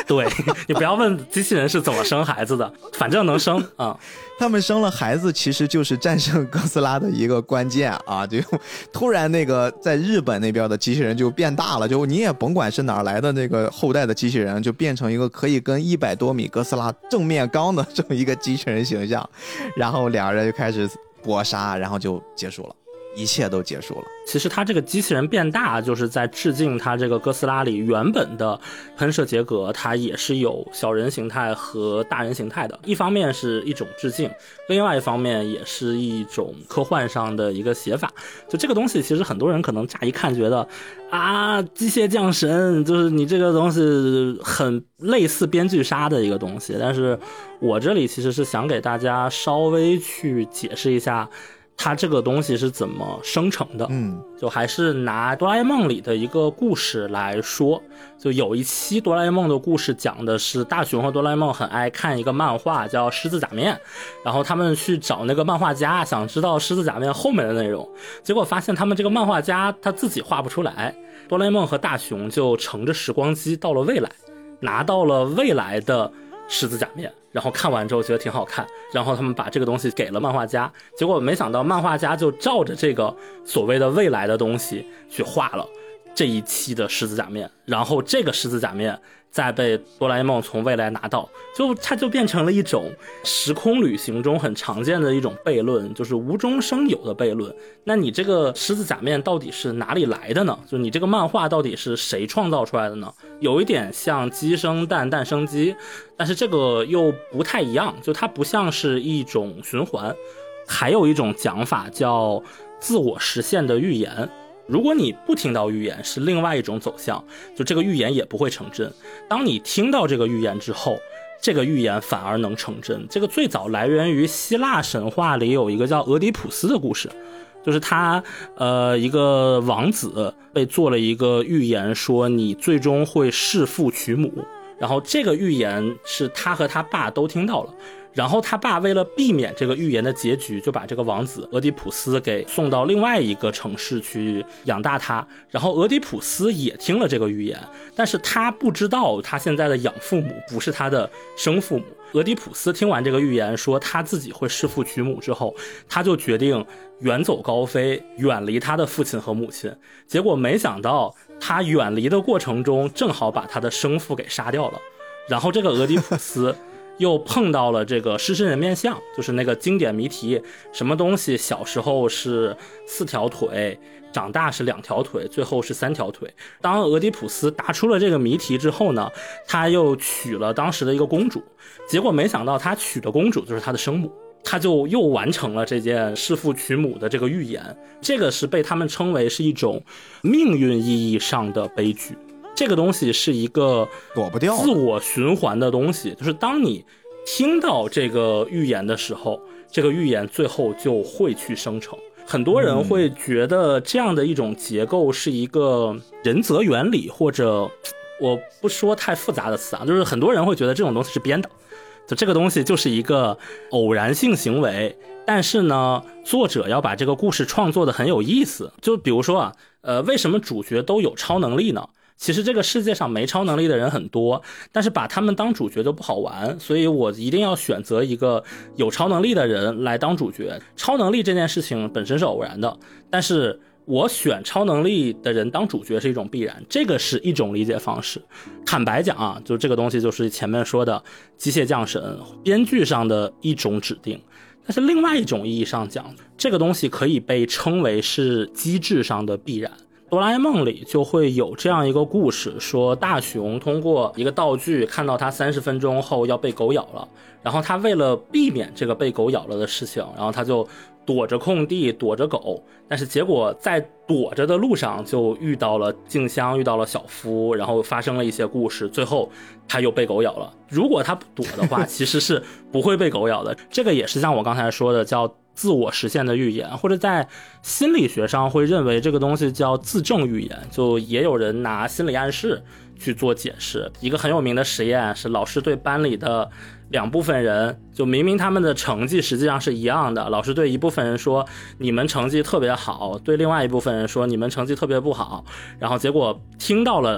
对，你不要问机器人是怎么生孩子的，反正能生啊。 他们生了孩子其实就是战胜哥斯拉的一个关键啊！就突然那个在日本那边的机器人就变大了，就你也甭管是哪来的那个后代的机器人，就变成一个可以跟100多米哥斯拉正面刚的这么一个机器人形象，然后两个人就开始搏杀，然后就结束了。一切都结束了。 其实他这个机器人变大就是在致敬他这个哥斯拉里原本的喷射杰格，它也是有小人形态和大人形态的，一方面是一种致敬，另外一方面也是一种科幻上的一个写法。就这个东西其实很多人可能乍一看觉得啊，机械降神就是你这个东西很类似编剧杀的一个东西，但是我这里其实是想给大家稍微去解释一下它这个东西是怎么生成的。就还是拿哆啦 A 梦里的一个故事来说，就有一期哆啦 A 梦的故事讲的是大雄和哆啦 A 梦很爱看一个漫画叫狮子假面，然后他们去找那个漫画家想知道狮子假面后面的内容，结果发现他们这个漫画家他自己画不出来，哆啦 A 梦和大雄就乘着时光机到了未来，拿到了未来的狮子假面，然后看完之后觉得挺好看，然后他们把这个东西给了漫画家，结果没想到漫画家就照着这个所谓的未来的东西去画了这一期的狮子假面，然后这个狮子假面再被哆啦 A 梦从未来拿到，它就变成了一种时空旅行中很常见的一种悖论，就是无中生有的悖论。那你这个狮子假面到底是哪里来的呢？就你这个漫画到底是谁创造出来的呢？有一点像鸡生蛋，蛋生鸡，但是这个又不太一样，就它不像是一种循环。还有一种讲法叫自我实现的预言，如果你不听到预言是另外一种走向，就这个预言也不会成真。当你听到这个预言之后，这个预言反而能成真。这个最早来源于希腊神话里有一个叫俄狄浦斯的故事，就是他一个王子被做了一个预言，说你最终会弑父娶母，然后这个预言是他和他爸都听到了，然后他爸为了避免这个预言的结局，就把这个王子俄狄浦斯给送到另外一个城市去养大他，然后俄狄浦斯也听了这个预言，但是他不知道他现在的养父母不是他的生父母。俄狄浦斯听完这个预言说他自己会弑父娶母之后，他就决定远走高飞，远离他的父亲和母亲，结果没想到他远离的过程中正好把他的生父给杀掉了，然后这个俄狄浦斯又碰到了这个狮身人面像，就是那个经典谜题，什么东西小时候是4条腿，长大是2条腿，最后是3条腿。当俄狄浦斯答出了这个谜题之后呢，他又娶了当时的一个公主，结果没想到他娶的公主就是他的生母，他就又完成了这件弑父娶母的这个预言。这个是被他们称为是一种命运意义上的悲剧。这个东西是一个躲不掉自我循环的东西，就是当你听到这个预言的时候，这个预言最后就会去生成。很多人会觉得这样的一种结构是一个人则原理，或者我不说太复杂的词啊，就是很多人会觉得这种东西是编的，就这个东西就是一个偶然性行为，但是呢，作者要把这个故事创作的很有意思。就比如说啊，为什么主角都有超能力呢？其实这个世界上没超能力的人很多，但是把他们当主角就不好玩，所以我一定要选择一个有超能力的人来当主角。超能力这件事情本身是偶然的，但是我选超能力的人当主角是一种必然，这个是一种理解方式。坦白讲啊，就这个东西就是前面说的机械降神，编剧上的一种指定。但是另外一种意义上讲，这个东西可以被称为是机制上的必然。哆啦 A 梦里就会有这样一个故事，说大雄通过一个道具看到他30分钟后要被狗咬了，然后他为了避免这个被狗咬了的事情，然后他就躲着空地躲着狗，但是结果在躲着的路上就遇到了静香，遇到了小夫，然后发生了一些故事，最后他又被狗咬了。如果他不躲的话其实是不会被狗咬的。这个也是像我刚才说的叫自我实现的预言，或者在心理学上会认为这个东西叫自证预言，就也有人拿心理暗示去做解释。一个很有名的实验是老师对班里的2部分人，就明明他们的成绩实际上是一样的，老师对一部分人说你们成绩特别好，对另外一部分人说你们成绩特别不好，然后结果听到了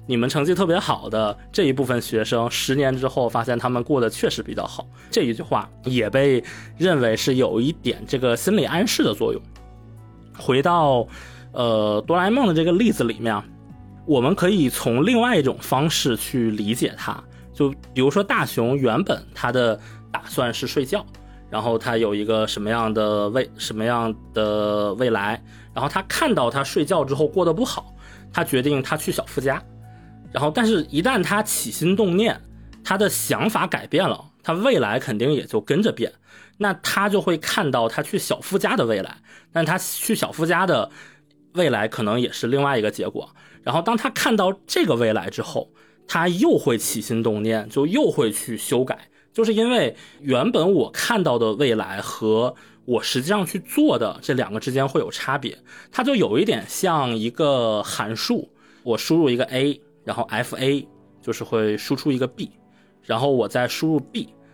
你们成绩特别好的这一部分学生10年之后发现他们过得确实比较好，这一句话也被认为是有一点这个心理暗示的作用。回到哆啦 A 梦的这个例子里面，我们可以从另外一种方式去理解它，就比如说大雄原本他的打算是睡觉，然后他有一个什么样的未来，然后他看到他睡觉之后过得不好，他决定他去小夫家，然后但是一旦他起心动念，他的想法改变了，他未来肯定也就跟着变，那他就会看到他去小夫家的未来，但他去小夫家的未来可能也是另外一个结果，然后当他看到这个未来之后，他又会起心动念，就又会去修改，就是因为原本我看到的未来和我实际上去做的这两个之间会有差别，它就有一点像一个函数，我输入一个 a， 然后 fa 就是会输出一个 b， 然后我再输入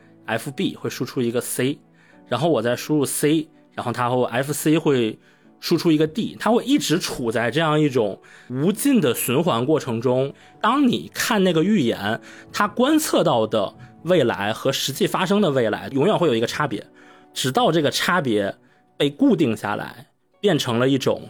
b，fb 会输出一个 c， 然后我再输入 c， 然后它会 fc 会输出一个 d， 它会一直处在这样一种无尽的循环过程中。当你看那个预言，它观测到的未来和实际发生的未来永远会有一个差别，直到这个差别被固定下来，变成了一种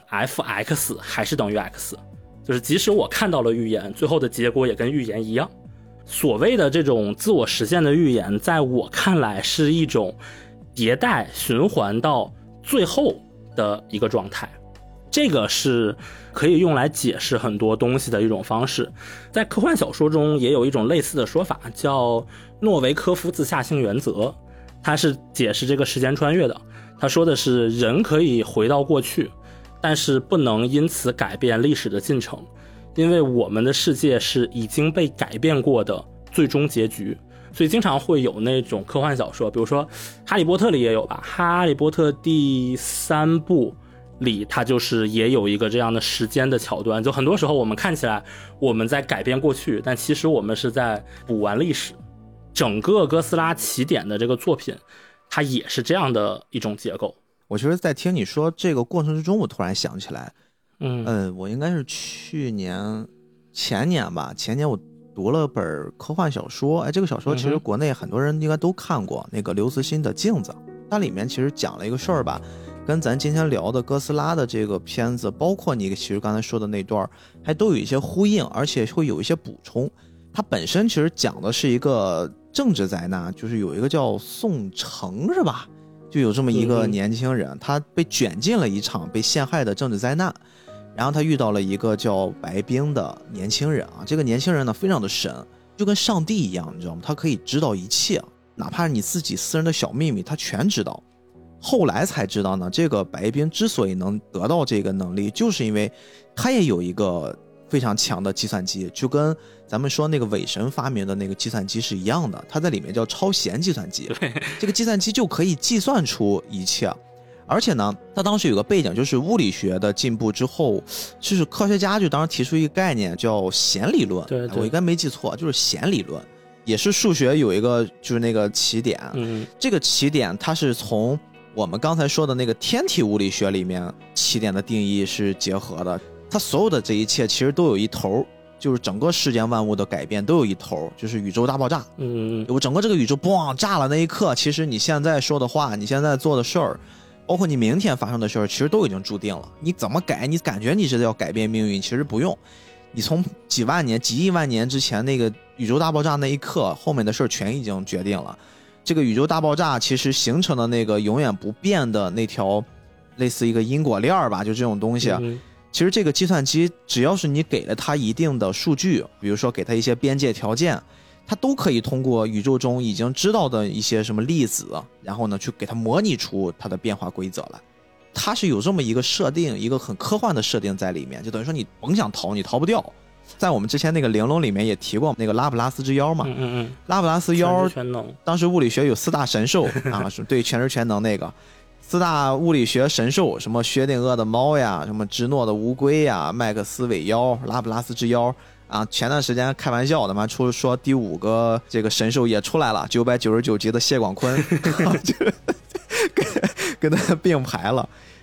fx 还是等于 x， 就是即使我看到了预言，最后的结果也跟预言一样。所谓的这种自我实现的预言，在我看来是一种迭代循环到最后的一个状态，这个是可以用来解释很多东西的一种方式。在科幻小说中也有一种类似的说法，叫诺维科夫自下性原则，它是解释这个时间穿越的。他说的是人可以回到过去，但是不能因此改变历史的进程，因为我们的世界是已经被改变过的最终结局。所以经常会有那种科幻小说，比如说哈利波特里也有吧，哈利波特第3部里它就是也有一个这样的时间的桥段，就很多时候我们看起来我们在改变过去，但其实我们是在补完历史。整个哥斯拉起点的这个作品它也是这样的一种结构。 我其实在听你说这个过程之中，我突然想起来，我应该是前年我读了本科幻小说，这个小说其实国内很多人应该都看过，那个刘慈欣的《镜子》，它里面其实讲了一个事儿吧，跟咱今天聊的哥斯拉的这个片子，包括你其实刚才说的那段，还都有一些呼应，而且会有一些补充。它本身其实讲的是一个政治灾难，就是有一个叫宋城是吧，就有这么一个年轻人，他被卷进了一场被陷害的政治灾难，然后他遇到了一个叫白冰的年轻人啊，这个年轻人呢非常的神，就跟上帝一样，你知道吗？他可以知道一切，哪怕是你自己私人的小秘密他全知道。后来才知道呢，这个白冰之所以能得到这个能力，就是因为他也有一个非常强的计算机，就跟咱们说那个伪神发明的那个计算机是一样的，它在里面叫超弦计算机，这个计算机就可以计算出一切。而且呢，他当时有个背景，就是物理学的进步之后，就是科学家就当时提出一个概念叫弦理论， 对， 我应该没记错，就是弦理论，也是数学有一个就是那个起点，这个起点它是从我们刚才说的那个天体物理学里面起点的定义是结合的，它所有的这一切其实都有一头，就是整个世间万物的改变都有一头，就是宇宙大爆炸。有整个这个宇宙嘣炸了那一刻，其实你现在说的话，你现在做的事儿，包括你明天发生的事儿，其实都已经注定了。你怎么改，你感觉你是要改变命运，其实不用。你从几万年、几亿万年之前那个宇宙大爆炸那一刻，后面的事儿全已经决定了。这个宇宙大爆炸其实形成的那个永远不变的那条类似一个因果链吧，就这种东西。其实这个计算机只要是你给了它一定的数据，比如说给它一些边界条件，它都可以通过宇宙中已经知道的一些什么粒子，然后呢去给它模拟出它的变化规则来。它是有这么一个设定，一个很科幻的设定在里面，就等于说你甭想逃，你逃不掉。在我们之前那个玲珑里面也提过那个拉普拉斯之妖嘛，拉普拉斯妖当时物理学有4大神兽啊，对，全知全能那个4大物理学神兽，什么薛定谔的猫呀，什么芝诺的乌龟呀，麦克斯韦妖，拉普拉斯之妖啊。前段时间开玩笑的嘛，说第5个这个神兽也出来了，999级的谢广坤跟他并排了。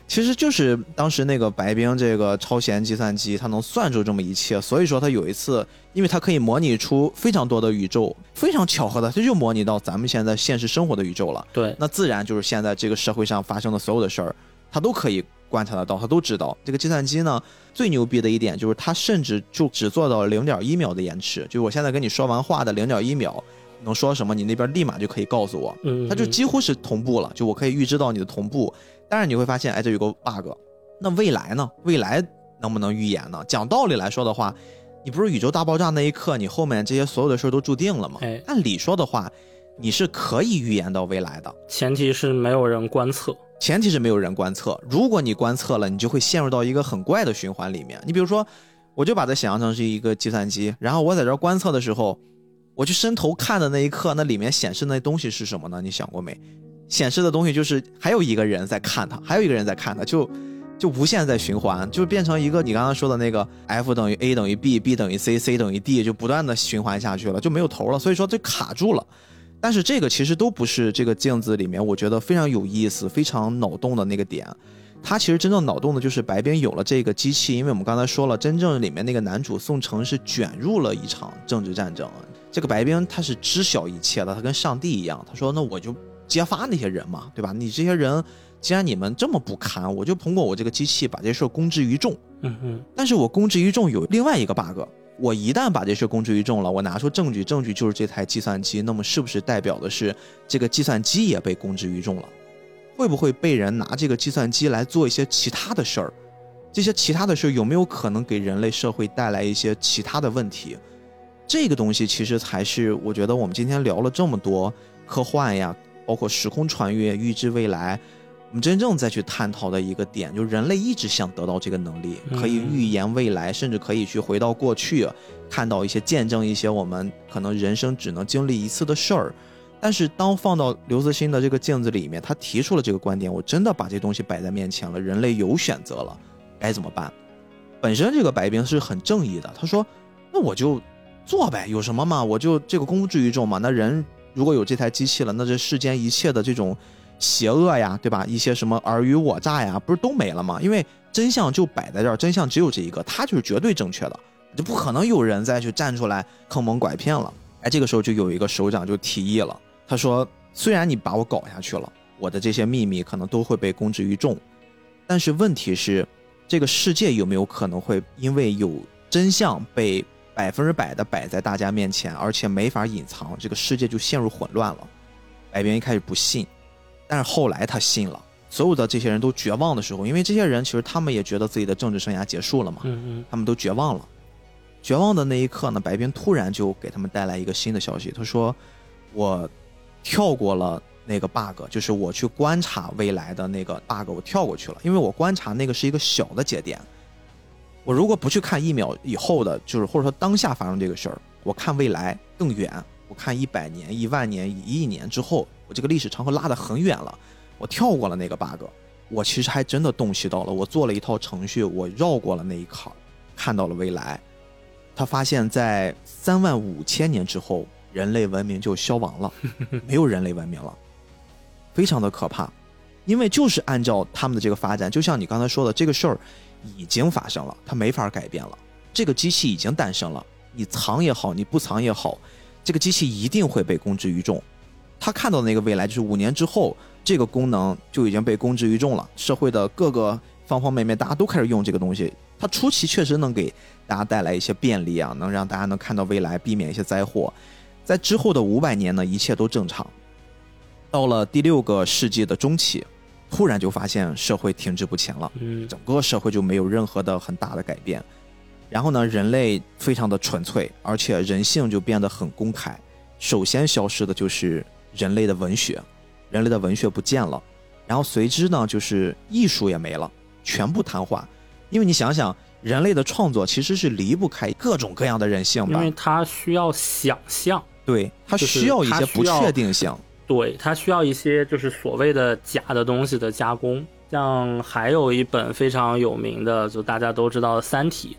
其实就是当时那个白冰这个超弦计算机，它能算出这么一切，所以说它有一次，因为它可以模拟出非常多的宇宙，非常巧合的，它就模拟到咱们现在现实生活的宇宙了。 对， 那自然就是现在这个社会上发生的所有的事儿，它都可以观察得到，它都知道。这个计算机呢，最牛逼的一点就是它甚至就只做到0.1秒的延迟，就我现在跟你说完话的0.1秒。能说什么你那边立马就可以告诉我，它就几乎是同步了，就我可以预知到你的同步。但是你会发现，哎，这有个 bug。那未来呢？未来能不能预言呢？讲道理来说的话，你不是宇宙大爆炸那一刻，你后面这些所有的事都注定了吗？按理说的话，你是可以预言到未来的， 前提是没有人观测。 前提是没有人观测。如果你观测了，你就会陷入到一个很怪的循环里面。你比如说，我就把它想象成是一个计算机，然后我在这观测的时候。我去伸头看的那一刻，那里面显示的那东西是什么呢？你想过没？显示的东西就是还有一个人在看它，还有一个人在看它，就无限在循环，就变成一个你刚刚说的那个 F 等于 A 等于 B，B 等于 C，C 等于 D， 就不断的循环下去了，就没有头了。所以说这卡住了。但是这个其实都不是这个镜子里面我觉得非常有意思、非常脑洞的那个点。他其实真正脑洞的就是白冰有了这个机器，因为我们刚才说了，真正里面那个男主宋城是卷入了一场政治战争。这个白冰他是知晓一切的，他跟上帝一样，他说那我就揭发那些人嘛，对吧？你这些人既然你们这么不堪，我就通过我这个机器把这事公之于众。但是我公之于众有另外一个 bug， 我一旦把这事公之于众了，我拿出证据就是这台计算机，那么是不是代表的是这个计算机也被公之于众了？会不会被人拿这个计算机来做一些其他的事儿？这些其他的事儿有没有可能给人类社会带来一些其他的问题？这个东西其实才是我觉得我们今天聊了这么多科幻呀，包括时空穿越、预知未来，我们真正再去探讨的一个点，就是人类一直想得到这个能力，可以预言未来，甚至可以去回到过去，看到一些见证一些我们可能人生只能经历一次的事儿。但是当放到刘慈欣的这个镜子里面，他提出了这个观点，我真的把这东西摆在面前了，人类有选择了，该怎么办？本身这个白冰是很正义的，他说那我就做呗，有什么嘛，我就这个公之于众嘛。那人如果有这台机器了，那这世间一切的这种邪恶呀，对吧？一些什么尔虞我诈呀，不是都没了吗？因为真相就摆在这儿，真相只有这一个，它就是绝对正确的，就不可能有人再去站出来坑蒙拐骗了。哎，这个时候就有一个首长就提议了，他说虽然你把我搞下去了，我的这些秘密可能都会被公之于众，但是问题是这个世界有没有可能会因为有真相被100%的摆在大家面前，而且没法隐藏，这个世界就陷入混乱了。白冰一开始不信，但是后来他信了。所有的这些人都绝望的时候，因为这些人其实他们也觉得自己的政治生涯结束了嘛，他们都绝望了。绝望的那一刻呢，白冰突然就给他们带来一个新的消息，他说我跳过了那个 bug， 就是我去观察未来的那个 bug 我跳过去了，因为我观察那个是一个小的节点，我如果不去看1秒以后的，就是或者说当下发生这个事儿，我看未来更远，我看100年、10000年、1亿年之后，我这个历史长河拉得很远了，我跳过了那个 bug， 我其实还真的洞悉到了，我做了一套程序，我绕过了那一坎，看到了未来。他发现在35000年之后，人类文明就消亡了，没有人类文明了，非常的可怕。因为就是按照他们的这个发展，就像你刚才说的，这个事儿已经发生了，它没法改变了，这个机器已经诞生了，你藏也好，你不藏也好，这个机器一定会被公之于众。他看到的那个未来就是5年之后，这个功能就已经被公之于众了，社会的各个方方面面大家都开始用这个东西，它初期确实能给大家带来一些便利啊，能让大家能看到未来，避免一些灾祸。在之后的500年呢，一切都正常。到了第6个世纪的中期，突然就发现社会停滞不前了，整个社会就没有任何的很大的改变。然后呢，人类非常的纯粹，而且人性就变得很公开。首先消失的就是人类的文学，人类的文学不见了，然后随之呢就是艺术也没了，全部瘫痪。因为你想想，人类的创作其实是离不开各种各样的人性吧， 因为它需要想象， 对，它需要一些不确定性， 对，它需要一些就是所谓的假的东西的加工。像还有一本非常有名的，就大家都知道的《三体》，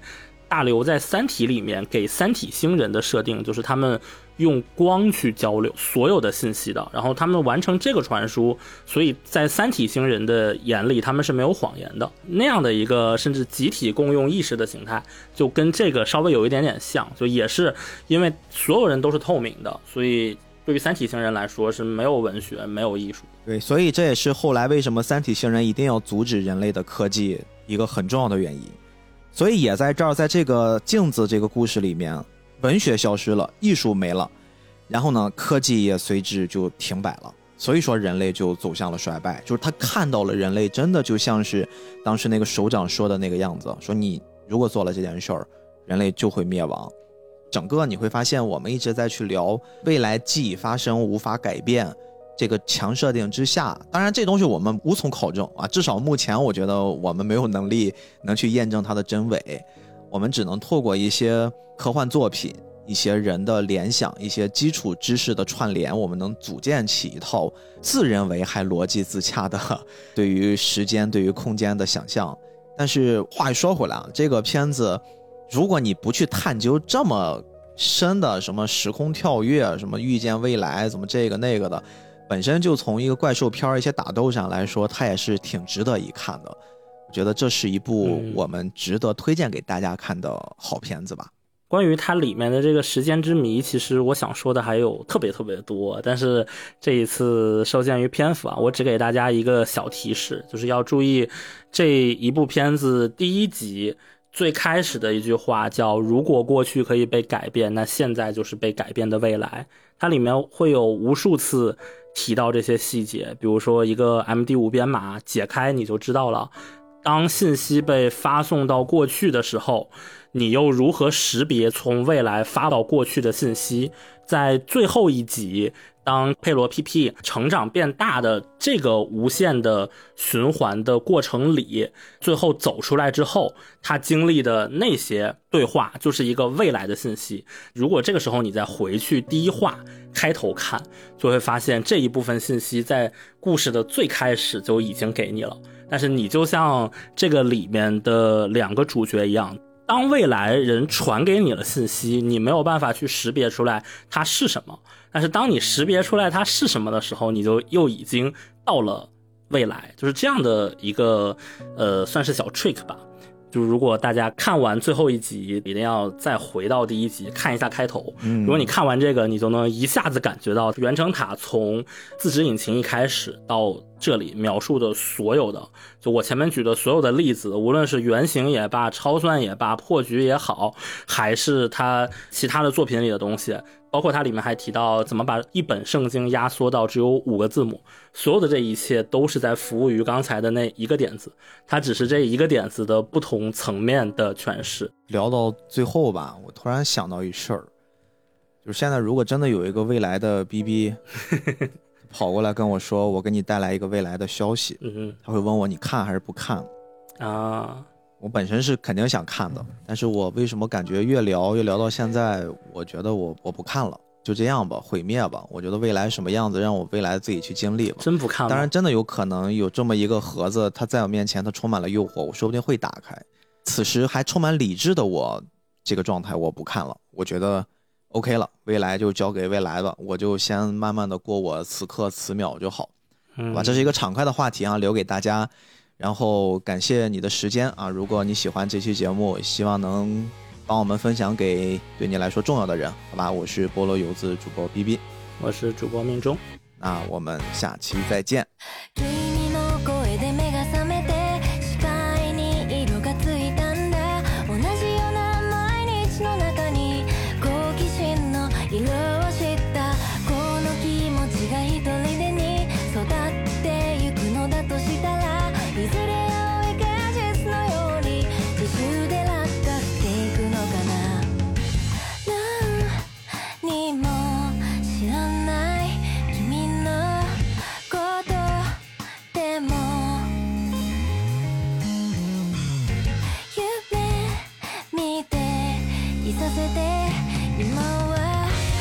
大刘在三体里面给三体星人的设定就是他们用光去交流所有的信息的，然后他们完成这个传输，所以在三体星人的眼里他们是没有谎言的，那样的一个甚至集体共用意识的形态就跟这个稍微有一点点像，就也是因为所有人都是透明的，所以对于三体星人来说是没有文学没有艺术。 对，所以这也是后来为什么三体星人一定要阻止人类的科技一个很重要的原因。所以也在这儿，在这个镜子这个故事里面，文学消失了，艺术没了，然后呢科技也随之就停摆了，所以说人类就走向了衰败。就是他看到了人类真的就像是当时那个首长说的那个样子，说你如果做了这件事儿，人类就会灭亡。整个你会发现我们一直在去聊未来既已发生无法改变这个强设定之下，当然这东西我们无从考证啊，至少目前我觉得我们没有能力能去验证它的真伪，我们只能透过一些科幻作品，一些人的联想，一些基础知识的串联，我们能组建起一套自认为还逻辑自洽的对于时间对于空间的想象。但是话说回来啊，这个片子如果你不去探究这么深的什么时空跳跃，什么预见未来，怎么这个那个的，本身就从一个怪兽片一些打斗上来说，它也是挺值得一看的。我觉得这是一部我们值得推荐给大家看的好片子吧。 关于它里面的这个时间之谜，其实我想说的还有特别特别多，但是这一次受限于篇幅啊，我只给大家一个小提示，就是要注意这一部片子第一集最开始的一句话叫如果过去可以被改变，那现在就是被改变的未来。它里面会有无数次提到这些细节，比如说一个 MD5 编码解开你就知道了，当信息被发送到过去的时候，你又如何识别从未来发到过去的信息。在最后一集，当佩罗 PP 成长变大的这个无限的循环的过程里，最后走出来之后，他经历的那些对话就是一个未来的信息。如果这个时候你再回去第一话开头看，就会发现这一部分信息在故事的最开始就已经给你了，但是你就像这个里面的两个主角一样，当未来人传给你了信息，你没有办法去识别出来它是什么，但是当你识别出来它是什么的时候，你就又已经到了未来。就是这样的一个算是小 trick 吧。就如果大家看完最后一集，一定要再回到第一集看一下开头。如果你看完这个，你就能一下子感觉到原城塔从自制引擎一开始到这里描述的所有的，就我前面举的所有的例子，无论是原型也罢，超算也罢，破局也好，还是他其他的作品里的东西，包括它里面还提到怎么把一本圣经压缩到只有5个字母，所有的这一切都是在服务于刚才的那一个点子，它只是这一个点子的不同层面的诠释。 聊到最后吧，我突然想到一事儿，就是现在如果真的有一个未来的 BB 跑过来跟我说，我给你带来一个未来的消息，他会问我你看还是不看啊？ 我本身是肯定想看的，但是我为什么感觉越聊到现在，我觉得我不看了，就这样吧，毁灭吧。我觉得未来什么样子，让我未来自己去经历吧。 真不看吗？ 当然，真的有可能有这么一个盒子，它在我面前，它充满了诱惑，我说不定会打开。此时还充满理智的我，这个状态我不看了，我觉得 OK 了，未来就交给未来吧，我就先慢慢的过我此刻此秒就好。好吧，这是一个敞开的话题啊，留给大家。然后感谢你的时间啊！如果你喜欢这期节目，希望能帮我们分享给对你来说重要的人，好吧？我是菠萝油子主播 BB， 我是主播命中， 那我们下期再见。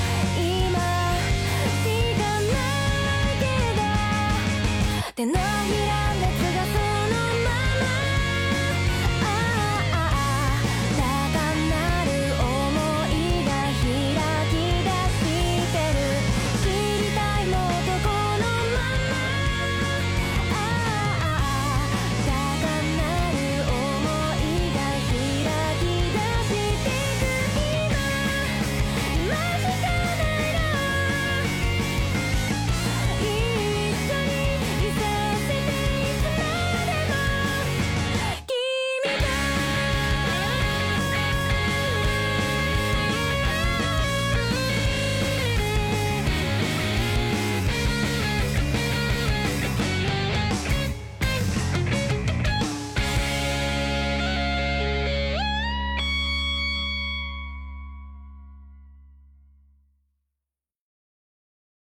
手のひ